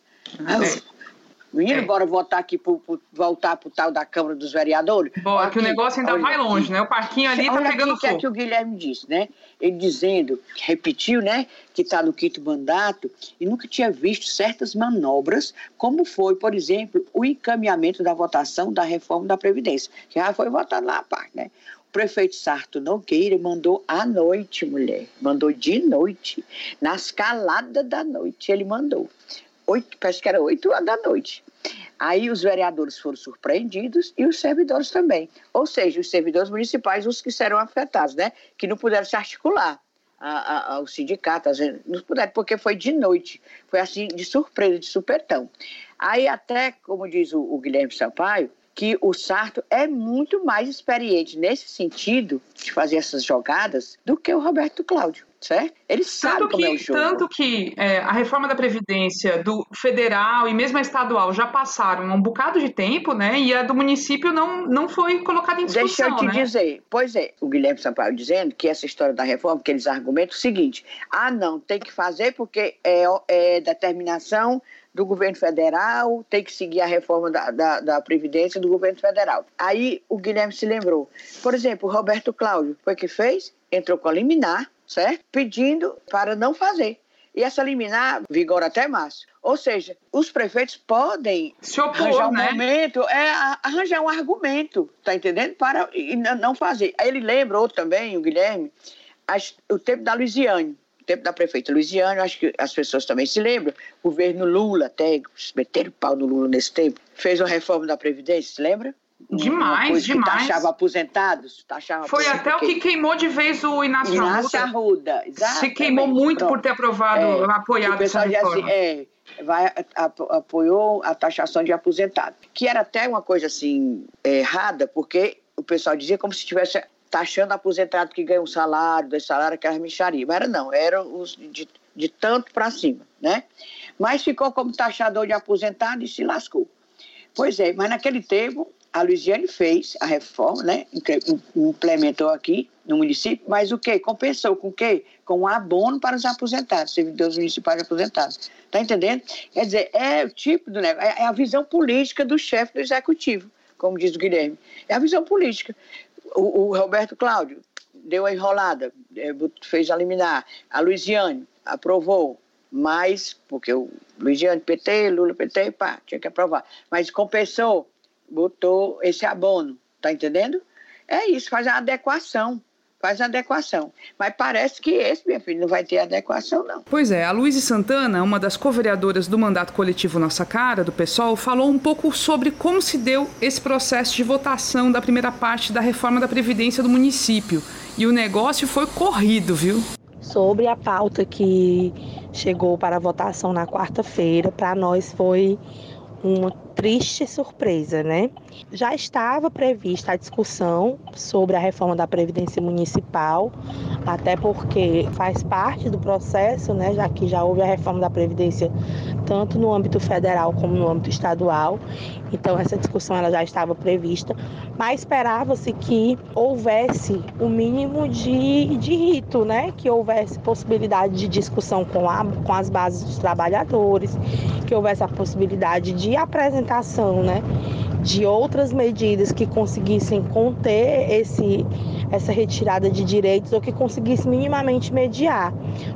Menino, bora voltar aqui voltar pro tal da Câmara dos Vereadores. Bora, que o negócio ainda vai longe, né? O parquinho ali tá pegando fogo. O que o Guilherme disse, né? Ele dizendo, repetiu, né? Que tá no 5º mandato e nunca tinha visto certas manobras, como foi, por exemplo, o encaminhamento da votação da reforma da Previdência, que já foi votado lá à parte, né? O prefeito Sarto Nogueira mandou à noite, mulher. Mandou de noite. Nas caladas da noite ele mandou. Parece que era 8 da noite. Aí os vereadores foram surpreendidos e os servidores também. Ou seja, os servidores municipais, os que serão afetados, né? Que não puderam se articular. Ao sindicato, não puderam, porque foi de noite. Foi assim, de surpresa, de supetão. Aí até, como diz o Guilherme Sampaio, que o Sarto é muito mais experiente nesse sentido de fazer essas jogadas do que o Roberto Cláudio, certo? Ele sabe como é o jogo. Tanto que a reforma da Previdência do federal e mesmo a estadual já passaram há um bocado de tempo, né? E a do município não foi colocada em discussão, Deixa eu te dizer. Pois é, o Guilherme Sampaio dizendo que essa história da reforma, que eles argumentam o seguinte, não, tem que fazer porque é determinação do governo federal, tem que seguir a reforma da Previdência do governo federal. Aí o Guilherme se lembrou. Por exemplo, o Roberto Cláudio foi o que fez? Entrou com a liminar, certo? Pedindo para não fazer. E essa liminar vigora até março. Ou seja, os prefeitos podem se opor, arranjar um né? momento, arranjar um argumento, tá entendendo? Para não fazer. Aí ele lembra, outro também, o Guilherme, o tempo da Luiziane. O tempo da prefeita Luiziane, acho que as pessoas também se lembram, o governo Lula, até meteram pau no Lula nesse tempo, fez uma reforma da Previdência, se lembra? Demais. Que taxava aposentados. Foi até o que quemou de vez o Inácio Arruda. Exatamente. Se queimou muito por ter apoiado o pessoal essa reforma. Apoiou a taxação de aposentados, que era até uma coisa assim errada, porque o pessoal dizia como se estivesse taxando aposentado que ganha um salário, 2 salários, aquelas mixarias. Mas não, eram os de tanto para cima, né? Mas ficou como taxador de aposentado e se lascou. Pois é, mas naquele tempo a Luiziane fez a reforma, né? Implementou aqui no município, mas o quê? Compensou com o quê? Com um abono para os aposentados, servidores municipais aposentados. Está entendendo? Quer dizer, é o tipo do negócio, é a visão política do chefe do executivo. como diz o Guilherme. É a visão política. O Roberto Cláudio deu a enrolada, fez a liminar. A Luiziane aprovou, mas, porque o Luiziane PT, Lula PT, tinha que aprovar. Mas compensou, botou esse abono, tá entendendo? É isso, faz a adequação. Mas parece que esse, minha filha, não vai ter adequação, não. Pois é, a Luísa Santana, uma das co-vereadoras do mandato coletivo Nossa Cara, do PSOL, falou um pouco sobre como se deu esse processo de votação da primeira parte da reforma da Previdência do município. E o negócio foi corrido, viu? Sobre a pauta que chegou para a votação na quarta-feira, para nós foi uma triste surpresa, né? Já estava prevista a discussão sobre a reforma da Previdência Municipal, até porque faz parte do processo, né? Já que já houve a reforma da Previdência tanto no âmbito federal como no âmbito estadual. Então essa discussão ela já estava prevista, mas esperava-se que houvesse o mínimo de rito, né? Que houvesse possibilidade de discussão com as bases dos trabalhadores, que houvesse a possibilidade de apresentação, né, de outras medidas que conseguissem conter essa retirada de direitos ou que conseguisse minimamente mediar,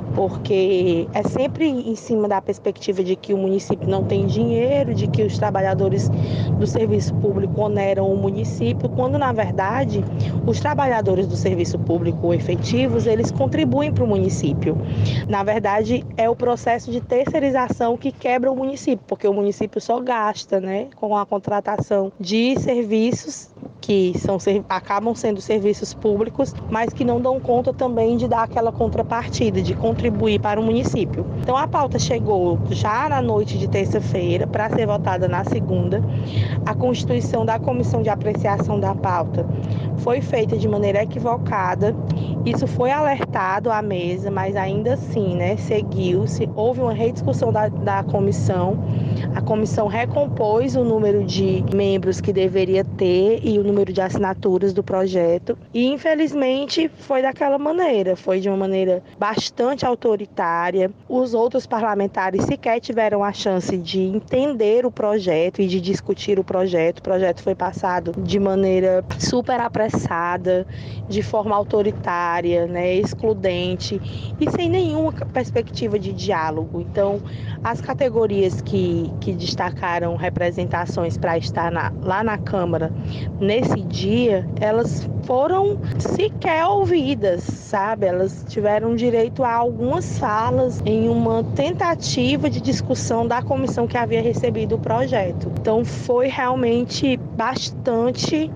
porque é sempre em cima da perspectiva de que o município não tem dinheiro, de que os trabalhadores do serviço público oneram o município, quando na verdade os trabalhadores do serviço público efetivos, eles contribuem para o município. Na verdade, é o processo de terceirização que quebra o município, porque o município só gasta, né, com a contratação de serviços que acabam sendo serviços públicos, mas que não dão conta também de dar aquela contrapartida, de contribuir para o município. Então a pauta chegou já na noite de terça-feira para ser votada na segunda. A constituição da Comissão de Apreciação da Pauta foi feita de maneira equivocada. Isso foi alertado à mesa, mas ainda assim, né, seguiu-se. Houve uma rediscussão da comissão. A comissão recompôs o número de membros que deveria ter e o número de assinaturas do projeto. E, infelizmente, foi daquela maneira. Foi de uma maneira bastante autoritária. Os outros parlamentares sequer tiveram a chance de entender o projeto e de discutir o projeto. O projeto foi passado de maneira super apressada, de forma autoritária, né, excludente e sem nenhuma perspectiva de diálogo. Então, as categorias que destacaram representações para estar lá na Câmara nesse dia, elas foram sequer ouvidas, sabe? Elas tiveram direito a algumas falas em uma tentativa de discussão da comissão que havia recebido o projeto. Então foi realmente bastante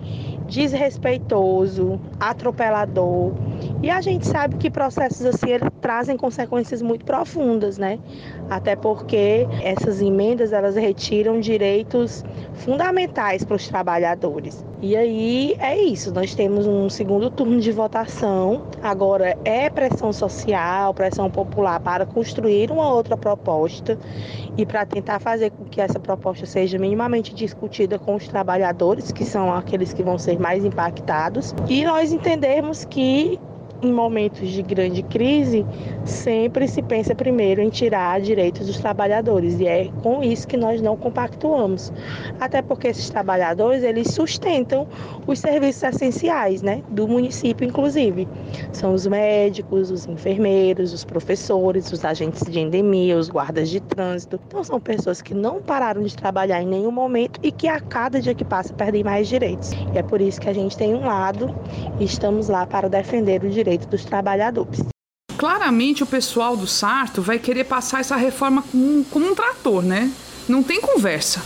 desrespeitoso, atropelador. E a gente sabe que processos assim trazem consequências muito profundas, né? Até porque essas emendas, elas retiram direitos fundamentais para os trabalhadores. E aí é isso, nós temos um segundo turno de votação. Agora é pressão social, pressão popular para construir uma outra proposta e para tentar fazer com que essa proposta seja minimamente discutida com os trabalhadores, que são aqueles que vão ser mais impactados. E nós entendemos que em momentos de grande crise, sempre se pensa primeiro em tirar direitos dos trabalhadores. E é com isso que nós não compactuamos. Até porque esses trabalhadores, eles sustentam os serviços essenciais, né, do município, inclusive. São os médicos, os enfermeiros, os professores, os agentes de endemia, os guardas de trânsito. Então, são pessoas que não pararam de trabalhar em nenhum momento e que a cada dia que passa perdem mais direitos. E é por isso que a gente tem um lado e estamos lá para defender o direito dos trabalhadores. Claramente o pessoal do Sarto vai querer passar essa reforma como um trator, né? Não tem conversa.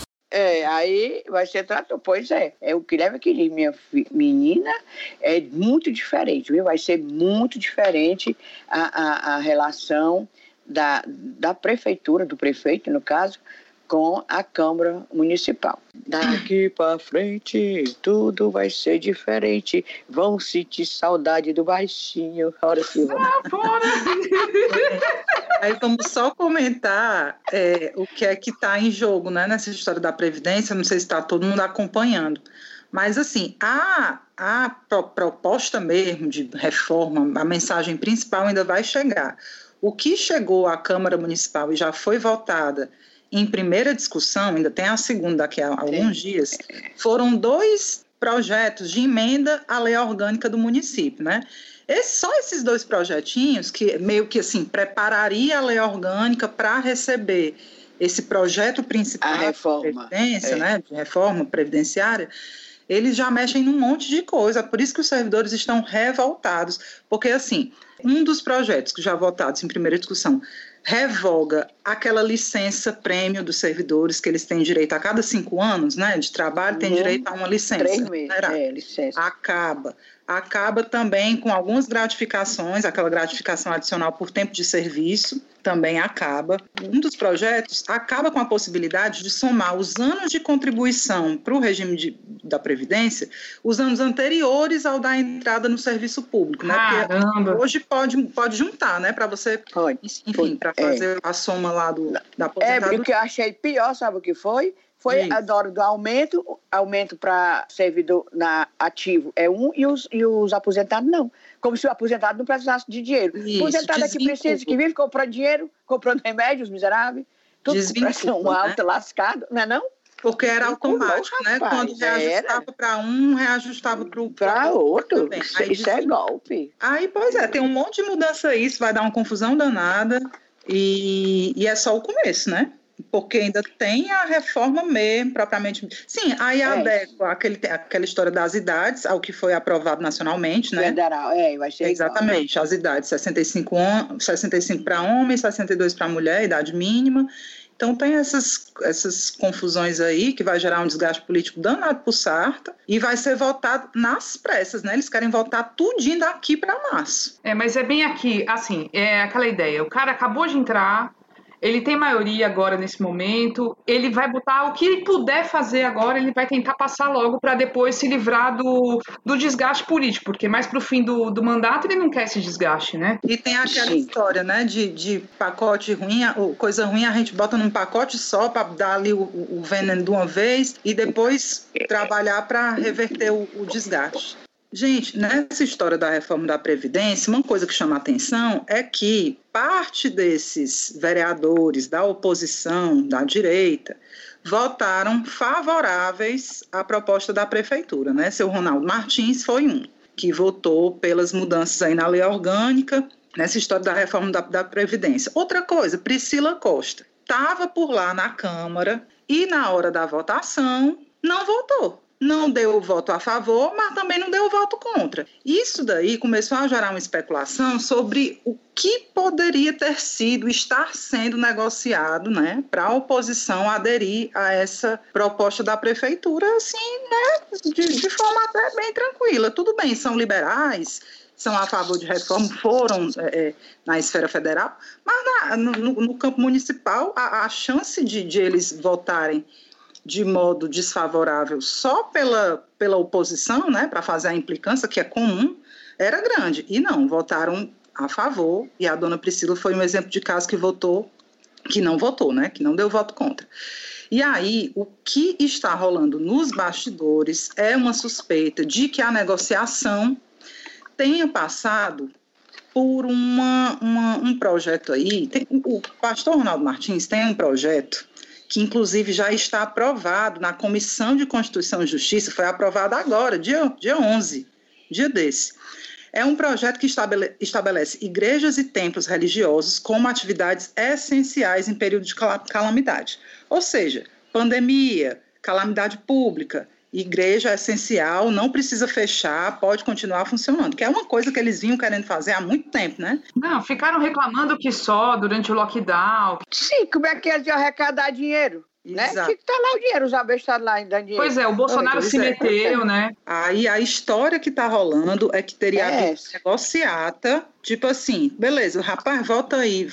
Aí vai ser trator. Pois é o que leva que diz, minha menina, é muito diferente, viu? Vai ser muito diferente a relação da prefeitura, do prefeito, no caso, com a Câmara Municipal. Daqui para frente, tudo vai ser diferente. Vão sentir saudade do baixinho. Ora, Aí vamos só comentar o que é que está em jogo, né, nessa história da Previdência. Não sei se está todo mundo acompanhando. Mas, assim, a proposta mesmo de reforma, a mensagem principal ainda vai chegar. O que chegou à Câmara Municipal e já foi votada em primeira discussão, ainda tem a segunda daqui a alguns dias, foram 2 projetos de emenda à lei orgânica do município, né? Só esses 2 projetinhos, que meio que assim, prepararia a lei orgânica para receber esse projeto principal reforma, de previdência, né, de reforma previdenciária, eles já mexem num monte de coisa. Por isso que os servidores estão revoltados, porque assim, um dos projetos que já votados em primeira discussão revoga aquela licença prêmio dos servidores que eles têm direito a cada 5 anos, né, de trabalho, tem direito a uma licença. 3 meses, licença. Acaba também com algumas gratificações, aquela gratificação adicional por tempo de serviço, também acaba. Um dos projetos acaba com a possibilidade de somar os anos de contribuição para o regime da Previdência, os anos anteriores ao da entrada no serviço público, né? Porque hoje pode juntar, né? Para você, enfim, para fazer a soma lá da aposentadoria. O que eu achei pior, sabe o que foi? Foi a hora do aumento para servidor ativo é e os aposentados não. Como se o aposentado não precisasse de dinheiro. O aposentado que precisa, que vive comprando dinheiro, comprando remédios, miseráveis, tudo com pressão alta, lascado, não é não? Porque era automático, né? Quando reajustava para um, reajustava para o outro. Isso é golpe. Aí, pois é, tem um monte de mudança aí, isso vai dar uma confusão danada e é só o começo, né? Porque ainda tem a reforma mesmo, propriamente. Sim, aí adequa aquela história das idades ao que foi aprovado nacionalmente, né? Federal, vai ser exatamente, igual. As idades 65 para homem, 62 para mulher, idade mínima. Então tem essas confusões aí que vai gerar um desgaste político danado para o Sarta e vai ser votado nas pressas, né? Eles querem votar tudinho daqui para março. Mas é bem aqui, assim, é aquela ideia, o cara acabou de entrar, ele tem maioria agora nesse momento, ele vai botar o que ele puder fazer agora, ele vai tentar passar logo para depois se livrar do desgaste político, porque mais pro fim do mandato ele não quer esse desgaste, né? E tem aquela história, né, de pacote ruim, coisa ruim a gente bota num pacote só para dar ali o veneno de uma vez e depois trabalhar para reverter o desgaste. Gente, nessa história da reforma da Previdência, uma coisa que chama a atenção é que parte desses vereadores da oposição, da direita, votaram favoráveis à proposta da Prefeitura, né? Seu Ronaldo Martins foi um que votou pelas mudanças aí na lei orgânica, nessa história da reforma da Previdência. Outra coisa, Priscila Costa estava por lá na Câmara e na hora da votação não votou. Não deu o voto a favor, mas também não deu o voto contra. Isso daí começou a gerar uma especulação sobre o que poderia ter sido, estar sendo negociado, né, para a oposição aderir a essa proposta da Prefeitura, assim, né, de forma até bem tranquila. Tudo bem, são liberais, são a favor de reforma, foram na esfera federal, mas no campo municipal, a chance de eles votarem de modo desfavorável só pela oposição, né, para fazer a implicância, que é comum, era grande. E não, votaram a favor, e a dona Priscila foi um exemplo de caso que não votou, né, que não deu voto contra. E aí, o que está rolando nos bastidores é uma suspeita de que a negociação tenha passado por um projeto aí. O pastor Ronaldo Martins tem um projeto que inclusive já está aprovado na Comissão de Constituição e Justiça, foi aprovado agora, dia 11, dia desse. É um projeto que estabelece igrejas e templos religiosos como atividades essenciais em período de calamidade. Ou seja, pandemia, calamidade pública, igreja é essencial, não precisa fechar, pode continuar funcionando, que é uma coisa que eles vinham querendo fazer há muito tempo, né? Não, ficaram reclamando que só durante o lockdown. Sim, como é que eles iam arrecadar dinheiro? Né? Tinha que estar lá o dinheiro, os abestados lá dando dinheiro. Pois é, o Bolsonaro se meteu, né? Aí a história que está rolando é que teria havido negociata, tipo assim, beleza, rapaz, volta aí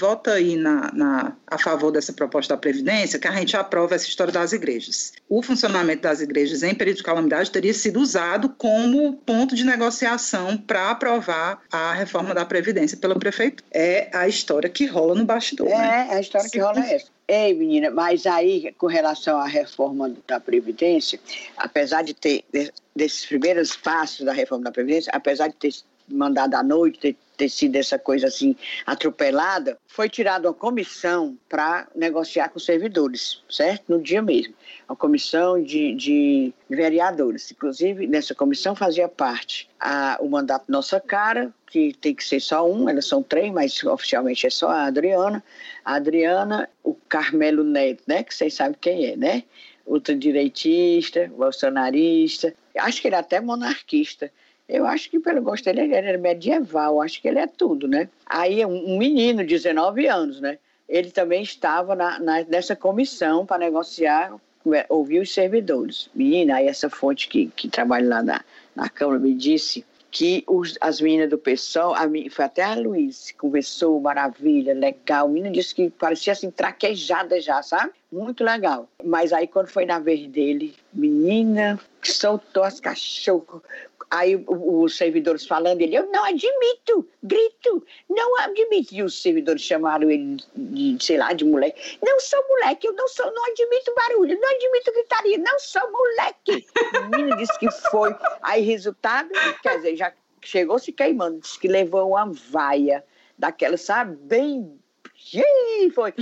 a favor dessa proposta da Previdência, que a gente aprova essa história das igrejas. O funcionamento das igrejas em período de calamidade teria sido usado como ponto de negociação para aprovar a reforma da Previdência pela Prefeitura. É a história que rola no bastidor, né? A história que rola é essa. Ei, menina, mas aí, com relação à reforma da Previdência, apesar de ter, desses primeiros passos da reforma da Previdência, apesar de ter mandado à noite, ter sido essa coisa assim atropelada, foi tirada uma comissão para negociar com os servidores, certo? No dia mesmo. Uma comissão de vereadores. Inclusive, nessa comissão fazia parte o mandato Nossa Cara, que tem que ser só um, elas são 3, mas oficialmente é só a Adriana. A Adriana, o Carmelo Neto, né? Que vocês sabem quem é, né? Ultradireitista, bolsonarista, acho que ele é até monarquista. Eu acho que pelo gosto dele ele era medieval, acho que ele é tudo, né? Aí um menino de 19 anos, né? Ele também estava nessa comissão para negociar, ouvir os servidores. Menina, aí essa fonte que trabalha lá na Câmara me disse que as meninas do PSOL, foi até a Luiz, conversou, maravilha, legal. A menina disse que parecia assim, traquejada já, sabe? Muito legal. Mas aí quando foi na vez dele, menina, soltou as cachorros. Aí os servidores falando, ele, eu não admito, grito, não admito. E os servidores chamaram ele de, sei lá, de moleque. Não sou moleque, eu não admito barulho, não admito gritaria, não sou moleque. O menino disse que foi. Aí resultado, quer dizer, já chegou se queimando, disse que levou uma vaia daquela, sabe, bem... Foi.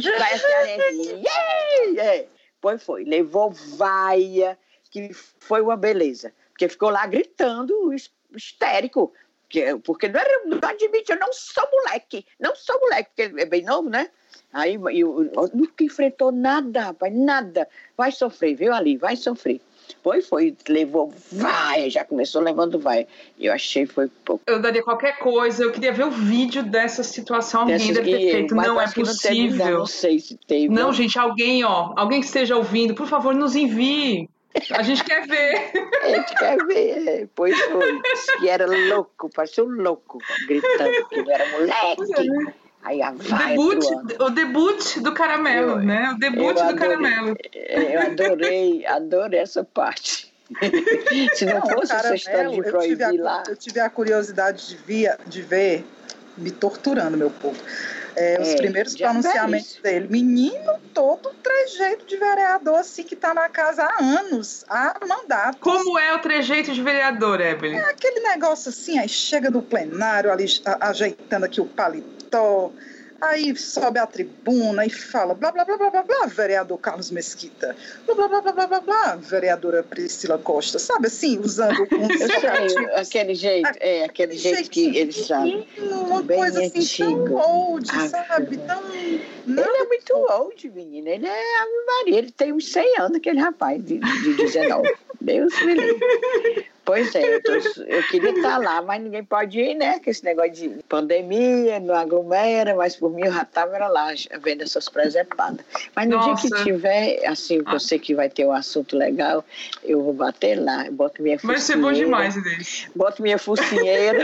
Pois foi, levou vaia, que foi uma beleza. Porque ficou lá gritando, histérico. Porque não admite, eu não sou moleque, porque ele é bem novo, né? Aí nunca enfrentou nada, rapaz, nada. Vai sofrer, viu ali, vai sofrer. Foi, levou vai, já começou levando vai. Eu achei foi pouco. Eu daria qualquer coisa, eu queria ver o vídeo dessa situação, alguém deve ter feito, não é possível. Não sei se teve. Não, gente, alguém que esteja ouvindo, por favor, nos envie. A gente quer ver. A gente quer ver, pois foi. E era louco, parecia um louco, gritando que não era moleque. Aí a vai o debut do Caramelo, né? O debut do Caramelo. Eu adorei essa parte. Se não fosse essa história de proibir lá... Eu tive a curiosidade de ver, me torturando, meu povo. Os primeiros pronunciamentos dele. Menino, todo trejeito de vereador assim que tá na casa há anos, há mandatos. Como é o trejeito de vereador, Evelyn? É aquele negócio assim, aí chega do plenário ali ajeitando aqui o paletó, aí sobe a tribuna e fala blá blá blá blá blá blá, vereador Carlos Mesquita, blá blá blá blá blá blá, blá vereadora Priscila Costa, sabe assim, usando aquele jeito, aquele jeito que eles sabem. Uma coisa assim tão old, sabe? Tão... Ele é muito old, menina. Ele é Ave Maria, ele tem uns 100 anos, aquele rapaz de 19. Deus me livre. Pois é, eu queria estar lá, mas ninguém pode ir, né? Com esse negócio de pandemia, não aglomera, mas por mim eu já estava lá vendo essas presepadas. Mas no dia que tiver, assim, eu sei que vai ter um assunto legal, eu vou bater lá, boto minha focinheira. Vai ser bom demais, Inês. Boto minha focinheira.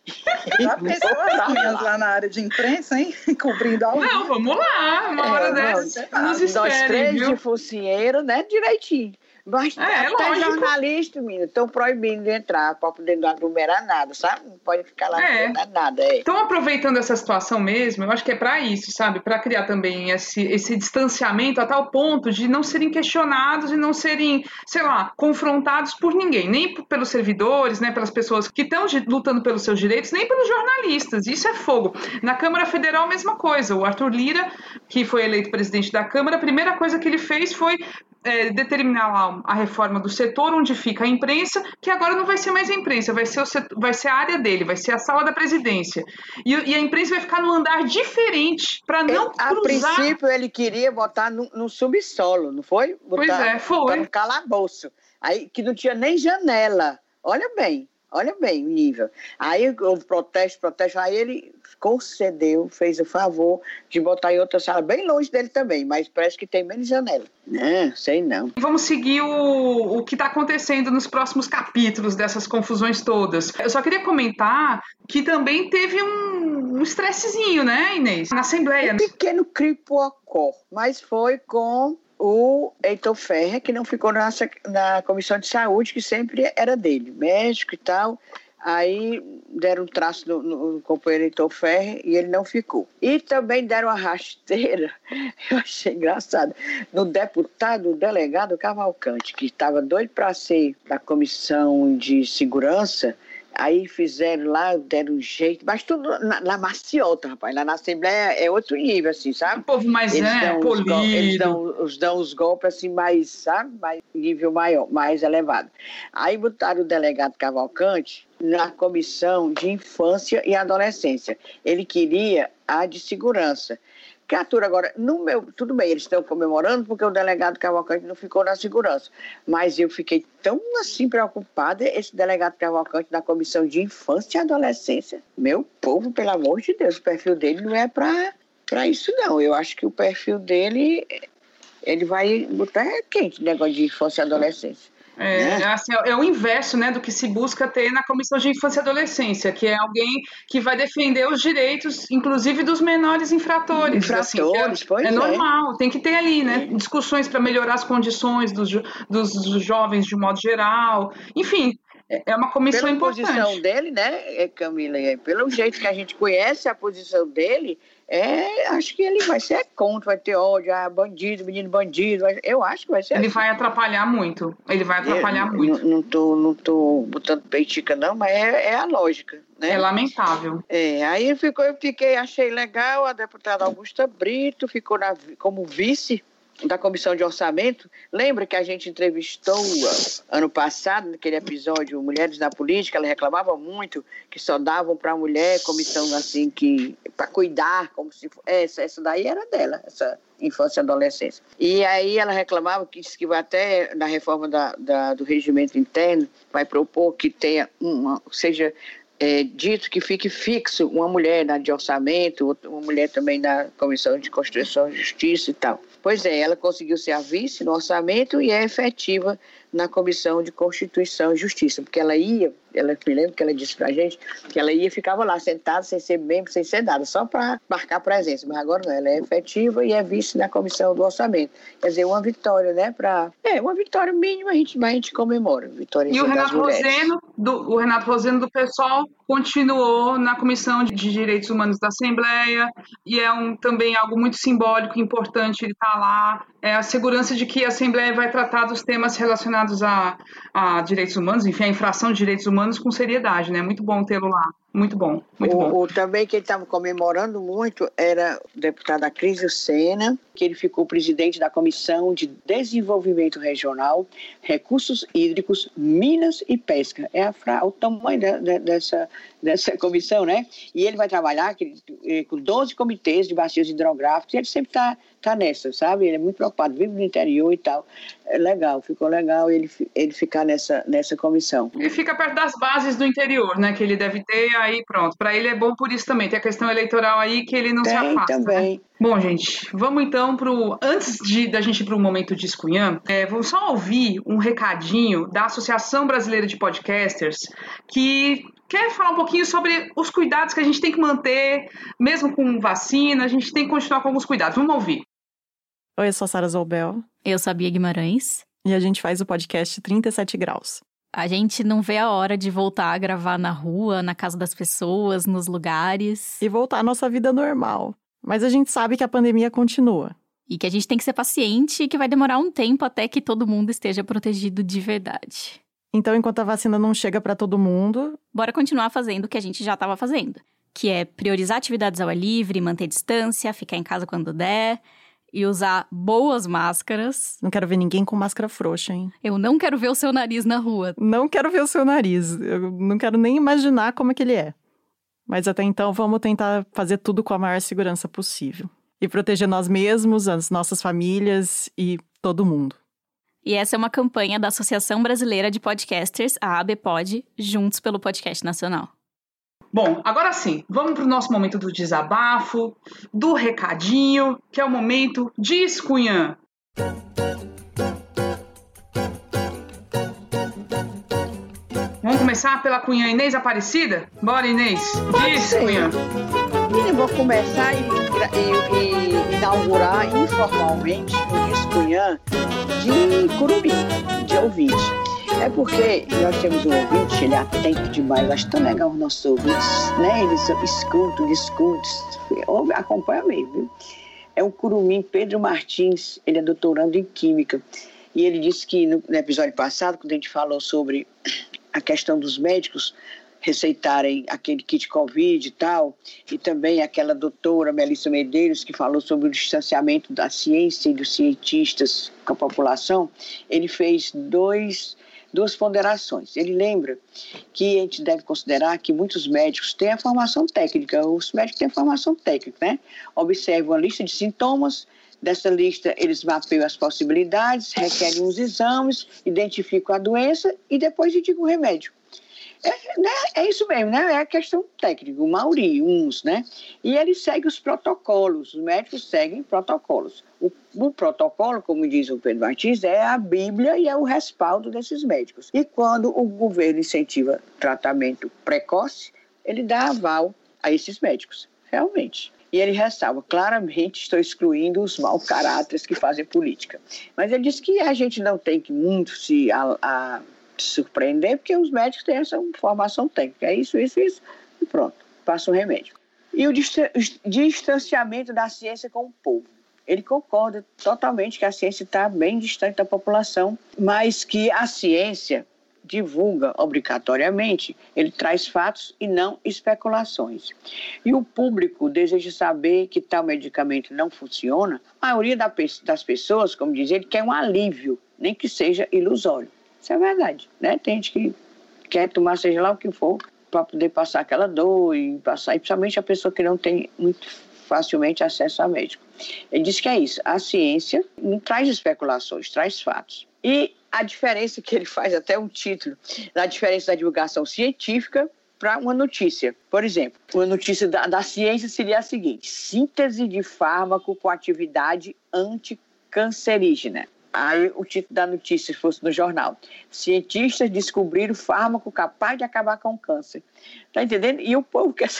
Já pensou as minhas lá na área de imprensa, hein? Cobrindo a Não, vamos lá, uma hora dessa. Nos espere, nós 3 viu? de focinheiro, né? Direitinho. Mas até jornalistas, menino, estão proibindo de entrar para poder não aglomerar nada, sabe? Não pode ficar lá nada. Estão aproveitando essa situação mesmo, eu acho que é para isso, sabe? Para criar também esse distanciamento a tal ponto de não serem questionados e não serem, sei lá, confrontados por ninguém, nem pelos servidores, né? Pelas pessoas que estão lutando pelos seus direitos, nem pelos jornalistas. Isso é fogo. Na Câmara Federal, a mesma coisa. O Arthur Lira, que foi eleito presidente da Câmara, a primeira coisa que ele fez foi determinar lá a reforma do setor onde fica a imprensa, que agora não vai ser mais a imprensa, vai ser a área dele, vai ser a sala da presidência. E a imprensa vai ficar num andar diferente para não cruzar. A princípio ele queria botar no subsolo, não foi? Foi. No calabouço. Aí que não tinha nem janela. Olha bem o nível. Aí houve protesto, aí ele concedeu, fez o favor de botar em outra sala, bem longe dele também, mas parece que tem menos janela. Não, sei não. Vamos seguir o que está acontecendo nos próximos capítulos dessas confusões todas. Eu só queria comentar que também teve um estressezinho, né, Inês? Na Assembleia. Um pequeno cripocó, mas foi com o Heitor Ferrer, que não ficou na Comissão de Saúde, que sempre era dele, médico e tal. Aí deram um traço no companheiro Heitor Ferrer e ele não ficou. E também deram uma rasteira, eu achei engraçado, no delegado Cavalcante, que estava doido para ser da Comissão de Segurança. Aí fizeram lá, deram um jeito, mas tudo na maciota, rapaz. Lá na Assembleia é outro nível, assim, sabe? O povo mais polido. Eles dão os golpes assim, mais, sabe? Mais, nível maior, mais elevado. Aí botaram o delegado Cavalcante na Comissão de Infância e Adolescência. Ele queria a de segurança. Criatura, agora, tudo bem, eles estão comemorando porque o delegado Cavalcante não ficou na segurança, mas eu fiquei tão assim preocupada, esse delegado Cavalcante na Comissão de Infância e Adolescência. Meu povo, pelo amor de Deus, o perfil dele não é para isso não, eu acho que o perfil dele, ele vai botar quente, negócio de infância e adolescência. Assim, é o inverso, né, do que se busca ter na Comissão de Infância e Adolescência, que é alguém que vai defender os direitos, inclusive dos menores infratores. Assim, é normal, tem que ter ali, né, discussões para melhorar as condições dos jovens de modo geral. Enfim, é uma comissão importante. Pela posição dele, né, Camila, pelo jeito que a gente conhece a posição dele, acho que ele vai ser contra, vai ter ódio, bandido, menino bandido, eu acho que vai ser Ele vai atrapalhar muito, muito. Não tô botando peitica não, mas é a lógica, né? É lamentável. Aí achei legal, a deputada Augusta Brito ficou como vice da Comissão de Orçamento. Lembra que a gente entrevistou ano passado, naquele episódio Mulheres na Política, ela reclamava muito que só davam para a mulher comissão assim, para cuidar, como se essa daí era dela, essa infância e adolescência. E aí ela reclamava que vai até na reforma do regimento interno, vai propor que tenha seja dito que fique fixo uma mulher na de orçamento, uma mulher também na Comissão de Constituição e Justiça e tal. Pois ela conseguiu ser a vice no orçamento e é efetiva na Comissão de Constituição e Justiça, porque ela me lembro que ela disse pra gente que ela ficava lá sentada, sem ser membro, sem ser nada, só para marcar presença, mas agora não, ela é efetiva e é vice na Comissão do Orçamento. Quer dizer, uma vitória, né, uma vitória mínima, a gente comemora. Vitória e o Renato Roseno do PSOL continuou na Comissão de Direitos Humanos da Assembleia e também algo muito simbólico e importante ele estar lá, é a segurança de que a Assembleia vai tratar dos temas relacionados a direitos humanos, enfim, a infração de direitos humanos com seriedade, né? Muito bom tê-lo lá. Muito bom, muito bom. Também quem estava comemorando muito era o deputado Acrísio Sena, que ele ficou presidente da Comissão de Desenvolvimento Regional, Recursos Hídricos, Minas e Pesca. O tamanho dessa comissão, né? E ele vai trabalhar com 12 comitês de bacias hidrográficas, e ele sempre está nessa, sabe? Ele é muito preocupado, vive no interior e tal. Ficou legal ele ficar nessa comissão. Ele fica perto das bases do interior, né? Que ele deve ter, aí pronto. Para ele é bom por isso também. Tem a questão eleitoral aí que ele não se afasta. Também. Né? Bom, gente, vamos então antes da gente ir para o Momento Discunhã, vamos só ouvir um recadinho da Associação Brasileira de Podcasters, que quer falar um pouquinho sobre os cuidados que a gente tem que manter, mesmo com vacina, a gente tem que continuar com alguns cuidados. Vamos ouvir. Oi, eu sou a Sara Zolbel. Eu sou a Bia Guimarães. E a gente faz o podcast 37 Graus. A gente não vê a hora de voltar a gravar na rua, na casa das pessoas, nos lugares. E voltar à nossa vida normal. Mas a gente sabe que a pandemia continua. E que a gente tem que ser paciente e que vai demorar um tempo até que todo mundo esteja protegido de verdade. Então, enquanto a vacina não chega para todo mundo... Bora continuar fazendo o que a gente já estava fazendo. Que é priorizar atividades ao ar livre, manter distância, ficar em casa quando der... E usar boas máscaras. Não quero ver ninguém com máscara frouxa, hein? Eu não quero ver o seu nariz na rua. Não quero ver o seu nariz. Eu não quero nem imaginar como é que ele é. Mas até então, vamos tentar fazer tudo com a maior segurança possível. E proteger nós mesmos, as nossas famílias e todo mundo. E essa é uma campanha da Associação Brasileira de Podcasters, a ABPOD, juntos pelo Podcast Nacional. Bom, agora sim, vamos para o nosso momento do desabafo, do recadinho, que é o momento Discunhã. Vamos começar pela cunhã Inês Aparecida? Bora, Inês. Discunhã. Eu vou começar e inaugurar informalmente o Discunhã de Curumim, de ouvinte. É porque nós temos um ouvinte, ele é atento demais, eu acho tão legal os nossos ouvintes, né? Eles escutam, acompanha mesmo, viu? É o Curumim Pedro Martins, ele é doutorando em Química. E ele disse que no episódio passado, quando a gente falou sobre a questão dos médicos receitarem aquele kit Covid e tal, e também aquela doutora Melissa Medeiros, que falou sobre o distanciamento da ciência e dos cientistas com a população, ele fez duas ponderações. Ele lembra que a gente deve considerar que muitos médicos têm a formação técnica, os médicos têm a formação técnica, né? Observam a lista de sintomas, dessa lista eles mapeiam as possibilidades, requerem os exames, identificam a doença e depois indicam o remédio. É isso mesmo, né? É a questão técnica, o maioria, uns, né? E eles seguem os protocolos, os médicos seguem protocolos. O protocolo, como diz o Pedro Martins, é a Bíblia e é o respaldo desses médicos. E quando o governo incentiva tratamento precoce, ele dá aval a esses médicos, realmente. E ele ressalva, claramente estou excluindo os mau caráteres que fazem política. Mas ele diz que a gente não tem que muito se surpreender, porque os médicos têm essa formação técnica. É isso, e pronto, passa o remédio. E o distanciamento da ciência com o povo. Ele concorda totalmente que a ciência está bem distante da população, mas que a ciência divulga obrigatoriamente, ele traz fatos e não especulações. E o público deseja saber que tal medicamento não funciona. A maioria das pessoas, como diz ele, quer um alívio, nem que seja ilusório. Isso é verdade, né? Tem gente que quer tomar seja lá o que for para poder passar aquela dor e principalmente a pessoa que não tem muito facilmente acesso a médico. Ele diz que é isso, a ciência não traz especulações, traz fatos. E a diferença que ele faz, até um título, da diferença da divulgação científica para uma notícia. Por exemplo, uma notícia da ciência seria a seguinte: síntese de fármaco com atividade anticancerígena. Aí o título da notícia, se fosse no jornal: cientistas descobriram fármaco capaz de acabar com o câncer. Tá entendendo? E o povo quer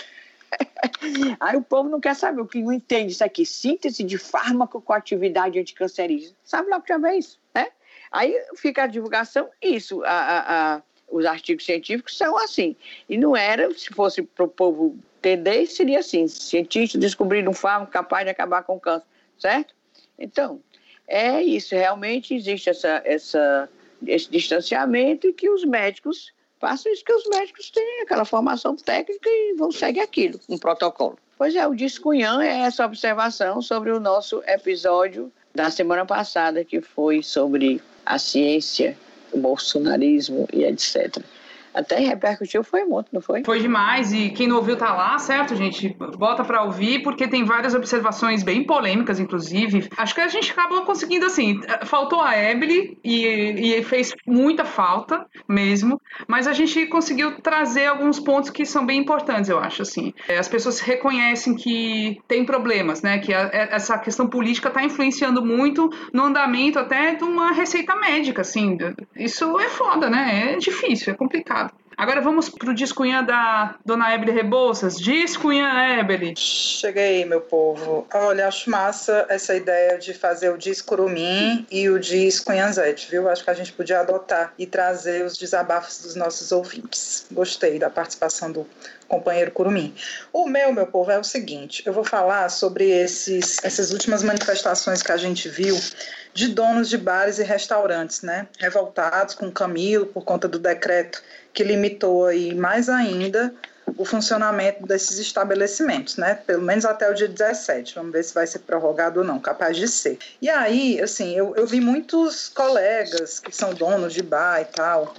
Aí o povo não quer saber, o que não entende isso aqui, síntese de fármaco com atividade anticancerígena. Sabe lá o que é isso, né? Aí fica a divulgação, isso, os artigos científicos são assim. E não era, se fosse para o povo entender, seria assim: cientistas descobriram um fármaco capaz de acabar com o câncer, certo? Então, é isso, realmente existe esse distanciamento e que os médicos façam isso, que os médicos têm aquela formação técnica e vão seguir aquilo, um protocolo. Pois é, o Discunhã é essa observação sobre o nosso episódio da semana passada, que foi sobre a ciência, o bolsonarismo e etc. Até repercutiu, foi muito, não foi? Foi demais, e quem não ouviu tá lá, certo, gente? Bota pra ouvir, porque tem várias observações bem polêmicas, inclusive. Acho que a gente acabou conseguindo, assim, faltou a Ebele e fez muita falta mesmo, mas a gente conseguiu trazer alguns pontos que são bem importantes, eu acho, assim. As pessoas reconhecem que tem problemas, né? Que essa questão política tá influenciando muito no andamento até de uma receita médica, assim. Isso é foda, né? É difícil, é complicado. Agora vamos pro Discunhã da dona Ebele Rebouças. Discunhã, Ebele. Cheguei, meu povo. Olha, acho massa essa ideia de fazer o Discurumim e o Discunhanzete, viu? Acho que a gente podia adotar e trazer os desabafos dos nossos ouvintes. Gostei da participação do companheiro Curumim. O meu povo, é o seguinte: eu vou falar sobre essas últimas manifestações que a gente viu de donos de bares e restaurantes, né? Revoltados com o Camilo por conta do decreto que limitou aí mais ainda o funcionamento desses estabelecimentos, né? Pelo menos até o dia 17. Vamos ver se vai ser prorrogado ou não, capaz de ser. E aí, assim, eu vi muitos colegas que são donos de bar e tal,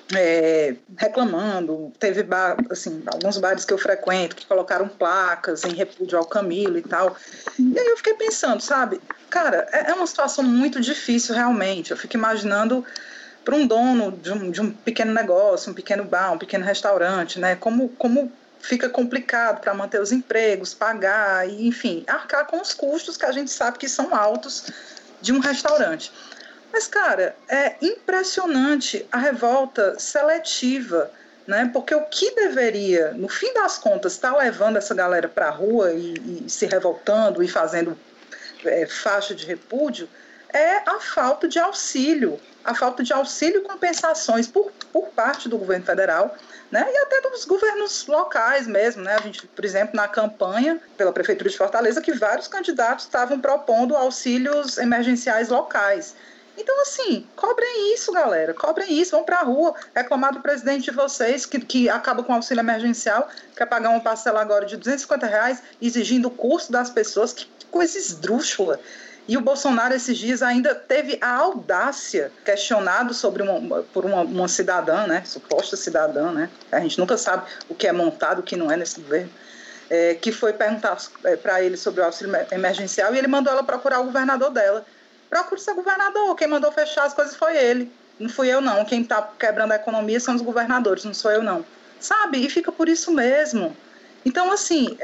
reclamando. Teve assim, alguns bares que eu frequento que colocaram placas em repúdio ao Camilo e tal. E aí eu fiquei pensando, sabe? Cara, é uma situação muito difícil realmente. Eu fico imaginando para um dono de um pequeno negócio, um pequeno bar, um pequeno restaurante, né? Como fica complicado para manter os empregos, pagar e, enfim, arcar com os custos que a gente sabe que são altos de um restaurante. Mas, cara, é impressionante a revolta seletiva, né? Porque o que deveria, no fim das contas, estar levando essa galera para a rua e se revoltando e fazendo faixa de repúdio é a falta de auxílio. A falta de auxílio e compensações por parte do governo federal, né, e até dos governos locais mesmo, né? A gente, por exemplo, na campanha pela Prefeitura de Fortaleza, que vários candidatos estavam propondo auxílios emergenciais locais. Então, assim, cobrem isso, galera. Cobrem isso, vão pra rua reclamar do presidente de vocês, que acaba com o auxílio emergencial, quer pagar uma parcela agora de R$250, exigindo o custo das pessoas. Que coisa esdrúxula. E o Bolsonaro, esses dias, ainda teve a audácia, questionado por uma cidadã, né, suposta cidadã, né, a gente nunca sabe o que é montado, o que não é nesse governo, que foi perguntar para ele sobre o auxílio emergencial, e ele mandou ela procurar o governador dela. Procure seu governador, quem mandou fechar as coisas foi ele, não fui eu não, quem está quebrando a economia são os governadores, não sou eu não, sabe, e fica por isso mesmo. Então, assim,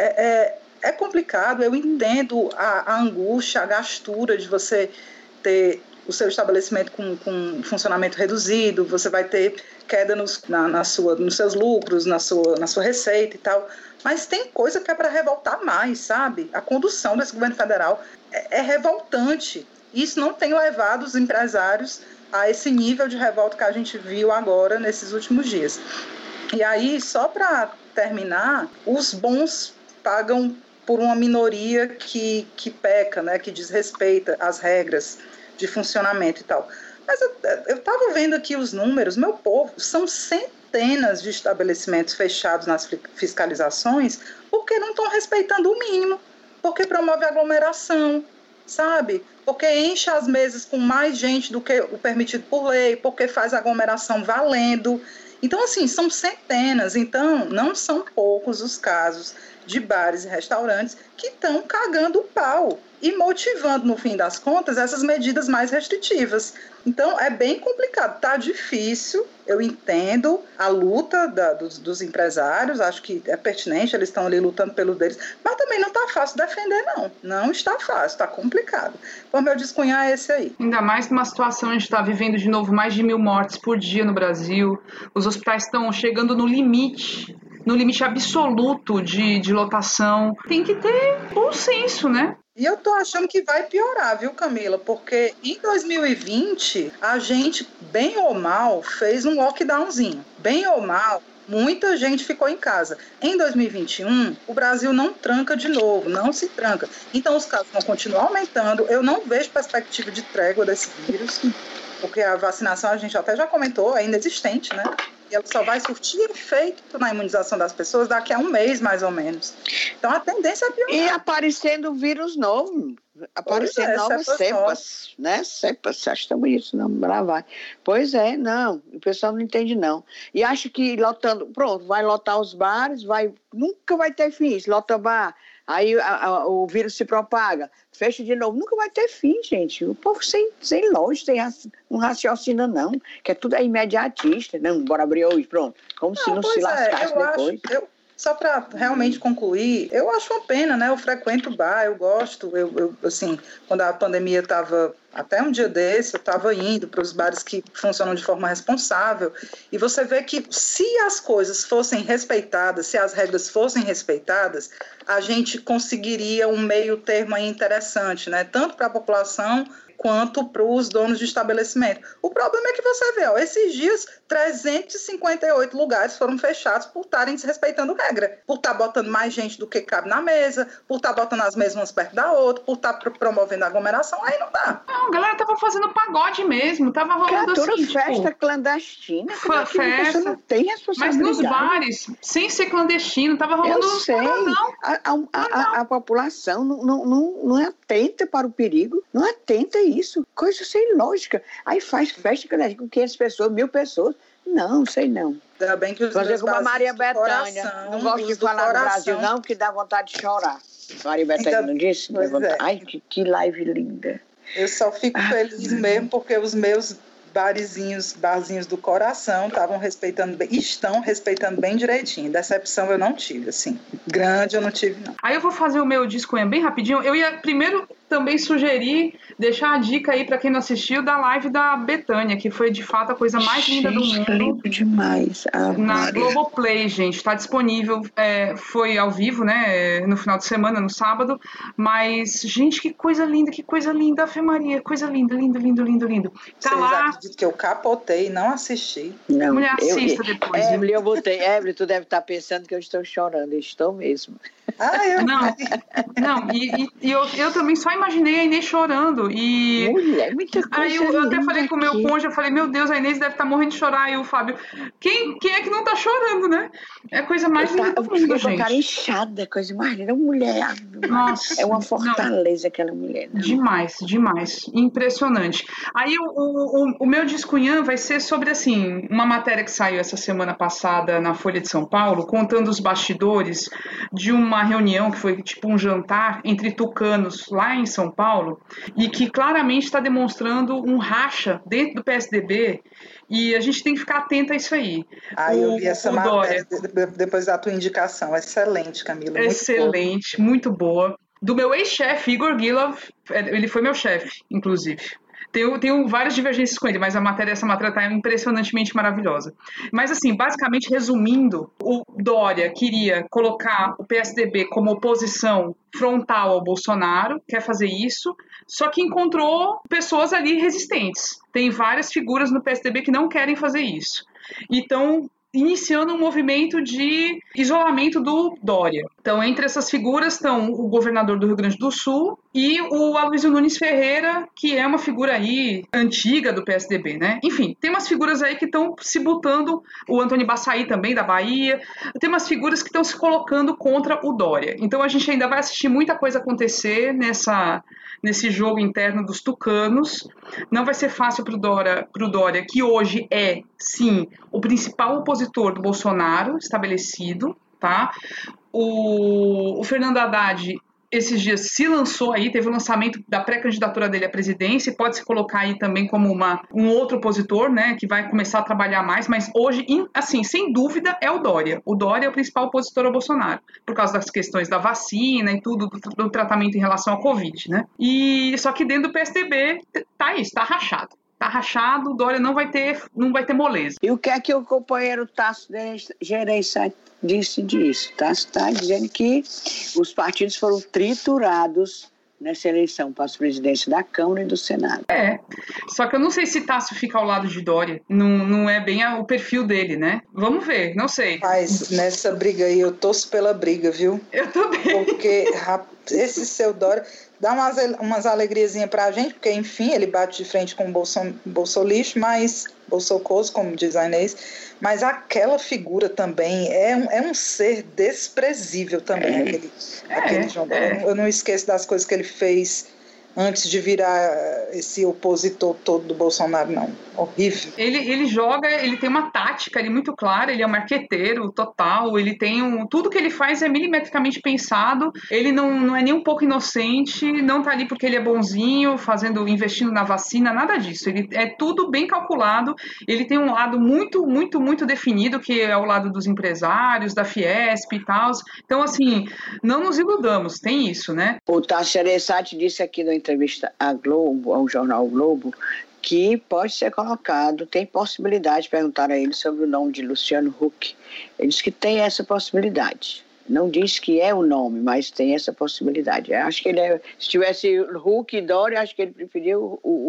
é complicado, eu entendo a angústia, a gastura de você ter o seu estabelecimento com funcionamento reduzido, você vai ter queda nos seus lucros, na sua receita e tal, mas tem coisa que é para revoltar mais, sabe? A condução desse governo federal é revoltante. Isso não tem levado os empresários a esse nível de revolta que a gente viu agora nesses últimos dias. E aí, só para terminar, os bons pagam por uma minoria que peca, né, que desrespeita as regras de funcionamento e tal. Mas eu estava vendo aqui os números, meu povo, são centenas de estabelecimentos fechados nas fiscalizações porque não estão respeitando o mínimo, porque promove aglomeração, sabe? Porque enche as mesas com mais gente do que o permitido por lei, porque faz aglomeração valendo. Então, assim, são centenas. Então, não são poucos os casos de bares e restaurantes que estão cagando o pau e motivando, no fim das contas, essas medidas mais restritivas. Então, é bem complicado, está difícil, eu entendo a luta dos empresários, acho que é pertinente, eles estão ali lutando pelo deles, mas também não está fácil defender, não está fácil, está complicado. Vamos meu descunhar esse aí. Ainda mais numa situação, a gente está vivendo de novo mais de 1.000 mortes por dia no Brasil, os hospitais estão chegando no limite absoluto de lotação. Tem que ter bom senso, né? E eu tô achando que vai piorar, viu, Camila? Porque em 2020, a gente, bem ou mal, fez um lockdownzinho. Bem ou mal, muita gente ficou em casa. Em 2021, o Brasil não tranca de novo, não se tranca. Então, os casos vão continuar aumentando. Eu não vejo perspectiva de trégua desse vírus, porque a vacinação, a gente até já comentou, é inexistente, né? E ela só vai surtir efeito na imunização das pessoas daqui a um mês, mais ou menos. Então, a tendência é piorar. E aparecendo vírus novo, aparecendo novas cepas, né? Cepas, acho tão isso, não, lá vai. Pois é, não, o pessoal não entende, não. E acha que lotando, pronto, vai lotar os bares, nunca vai ter fim, lota bar, aí o vírus se propaga, fecha de novo, nunca vai ter fim, gente. O povo sem lógica, não raciocina, não, que é tudo imediatista, não, bora abrir hoje, pronto, como se não se lascasse depois. Só para realmente concluir, eu acho uma pena, né? Eu frequento bar, eu gosto, assim, quando a pandemia estava, até um dia desse, eu estava indo para os bares que funcionam de forma responsável, e você vê que se as coisas fossem respeitadas, se as regras fossem respeitadas, a gente conseguiria um meio termo aí interessante, né? Tanto para a população quanto para os donos de estabelecimento. O problema é que você vê, esses dias 358 lugares foram fechados por estarem desrespeitando regra, por estar botando mais gente do que cabe na mesa, por estar botando as mesmas perto da outra, por estar promovendo aglomeração, aí não dá. Não, a galera tava fazendo pagode mesmo, tava rolando assim, festa clandestina, festa, não tem responsabilidade. Mas nos bares, sem ser clandestino, tava rolando eu sei. A população não é atenta para o perigo, não é atenta a isso, coisa sem lógica. Aí faz festa com 500 pessoas, 1.000 pessoas. Não, sei não. Ainda bem que os fazer como a Maria Bethânia. Não gosto de falar do Brasil, não, porque dá vontade de chorar. Maria Bethânia não disse? Ai, que live linda. Eu só fico feliz mesmo porque os meus barzinhos do coração estão respeitando bem direitinho. Decepção eu não tive, assim. Grande eu não tive, não. Aí eu vou fazer o meu disclaimer bem rapidinho. Eu ia primeiro também sugerir, deixar a dica aí para quem não assistiu da live da Bethânia, que foi de fato a coisa mais linda do mundo. Lindo demais. Na Globoplay, gente. Está disponível. Foi ao vivo, né? No final de semana, no sábado. Mas, gente, que coisa linda. Ave Maria, coisa linda. Tá lá. Acredito que eu capotei e não assisti. Não, mulher, assista depois. Evelyn, eu botei. Evelyn, tu deve estar pensando que eu estou chorando. Eu estou mesmo. Não, e eu também só imaginei a Inês chorando. E mulher, muita coisa aí eu até falei com o meu aqui. cônjuge, eu falei, meu Deus, a Inês deve estar morrendo de chorar. E o Fábio, quem é que não tá chorando, né? É a coisa mais linda do mundo, com a cara gente. inchada, coisa mais linda. Mulher, Nossa, é uma fortaleza aquela mulher. Não. Demais. Impressionante. Aí o meu Discunhã vai ser sobre, assim, uma matéria que saiu essa semana passada na Folha de São Paulo, contando os bastidores de uma reunião que foi tipo um jantar entre tucanos lá em São Paulo e que claramente está demonstrando um racha dentro do PSDB e a gente tem que ficar atento a isso aí. Eu vi essa matéria depois da tua indicação. Excelente, Camila. Excelente, muito boa. Do meu ex-chefe, Igor Gilov, ele foi meu chefe, inclusive. Tenho várias divergências com ele, mas essa matéria está impressionantemente maravilhosa. Mas, assim, basicamente, resumindo, o Dória queria colocar o PSDB como oposição frontal ao Bolsonaro, quer fazer isso, só que encontrou pessoas ali resistentes. Tem várias figuras no PSDB que não querem fazer isso. Então, iniciando um movimento de isolamento do Dória. Então, entre essas figuras estão o governador do Rio Grande do Sul e o Aloysio Nunes Ferreira, que é uma figura aí antiga do PSDB, né? Enfim, tem umas figuras aí que estão se botando, o Antônio Baçaí também, da Bahia, tem umas figuras que estão se colocando contra o Dória. Então, a gente ainda vai assistir muita coisa acontecer nesse jogo interno dos tucanos. Não vai ser fácil para o Dória, que hoje é, sim, o principal opositor do Bolsonaro estabelecido, tá? O Fernando Haddad, esses dias, se lançou aí, teve o lançamento da pré-candidatura dele à presidência, e pode se colocar aí também como um outro opositor, né, que vai começar a trabalhar mais, mas hoje, assim, sem dúvida, é o Dória. O Dória é o principal opositor ao Bolsonaro, por causa das questões da vacina e tudo, do tratamento em relação à Covid, né? E só que dentro do PSDB tá isso, tá rachado. Tá rachado, o Dória não vai ter moleza. E o que é que o companheiro Tasso Gereissati disse disso? Tasso está dizendo que os partidos foram triturados nessa eleição para a presidência da Câmara e do Senado. Só que eu não sei se Tasso fica ao lado de Dória. Não é bem o perfil dele, né? Vamos ver, não sei. Mas nessa briga aí, eu torço pela briga, viu? Eu também. Porque esse seu Dória dá umas alegriazinhas pra gente, porque, enfim, ele bate de frente com o Bolsolixo, mas Bolsocoso, como diz a Inês, mas aquela figura também é um ser desprezível também, aquele João Dória. Eu não esqueço das coisas que ele fez antes de virar esse opositor todo do Bolsonaro, não. Horrível. Ele joga, ele tem uma tática ali muito clara, ele é um marqueteiro total, ele tem tudo que ele faz é milimetricamente pensado, ele não é nem um pouco inocente, não tá ali porque ele é bonzinho, investindo na vacina, nada disso. Ele é tudo bem calculado, ele tem um lado muito, muito, muito definido, que é o lado dos empresários, da Fiesp e tal. Então, assim, não nos iludamos, tem isso, né? O Tasso Gereissati disse aqui na entrevista à Globo, ao jornal Globo, que pode ser colocado, tem possibilidade, perguntaram a ele sobre o nome de Luciano Huck. Ele disse que tem essa possibilidade. Não diz que é o nome, mas tem essa possibilidade. Eu acho que se tivesse Huck e Dória, acho que ele preferia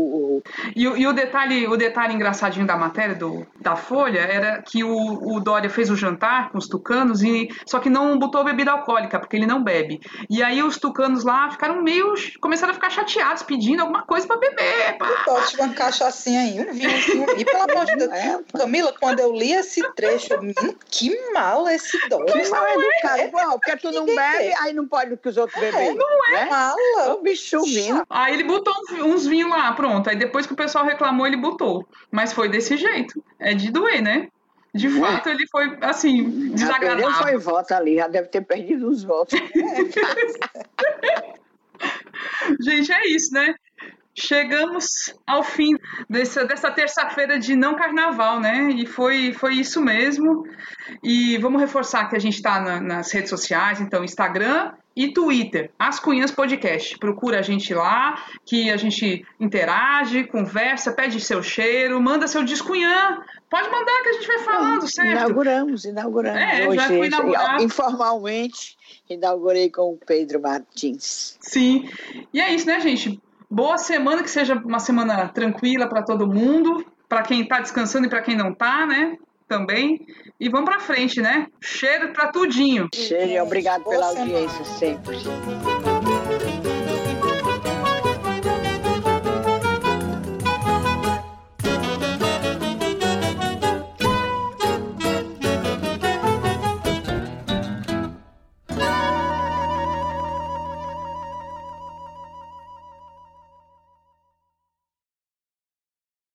o E o detalhe engraçadinho da matéria da Folha era que o Dória fez o jantar com os tucanos, só que não botou bebida alcoólica, porque ele não bebe. E aí os tucanos lá começaram a ficar chateados, pedindo alguma coisa pra beber. Pode uma cachaçinha aí, um vinho. E pelo amor de Deus, Camila, quando eu li esse trecho, que mal esse Dória. Que mal educado. Porque tu não bebe, aí não pode que os outros bebem. Não é né? mala. O bicho vindo. Aí ele botou uns vinhos lá, pronto. Aí depois que o pessoal reclamou, ele botou. Mas foi desse jeito. É de doer, né? De fato, ele foi, assim, desagradável. Já perdeu voto ali, já deve ter perdido os votos. Gente, é isso, né? Chegamos ao fim dessa terça-feira de não carnaval, né? E foi isso mesmo. E vamos reforçar que a gente está nas redes sociais, então Instagram e Twitter, As Cunhãs Podcast. Procura a gente lá, que a gente interage, conversa, pede seu cheiro, manda seu descunhã. Pode mandar que a gente vai falando, certo? Inauguramos. Hoje, já foi inaugurado. Informalmente, inaugurei com o Pedro Martins. Sim. E é isso, né, gente? Boa semana, que seja uma semana tranquila para todo mundo, para quem tá descansando e para quem não tá, né? Também. E vamos para frente, né? Cheiro para tudinho. Cheiro e obrigado pela audiência sempre.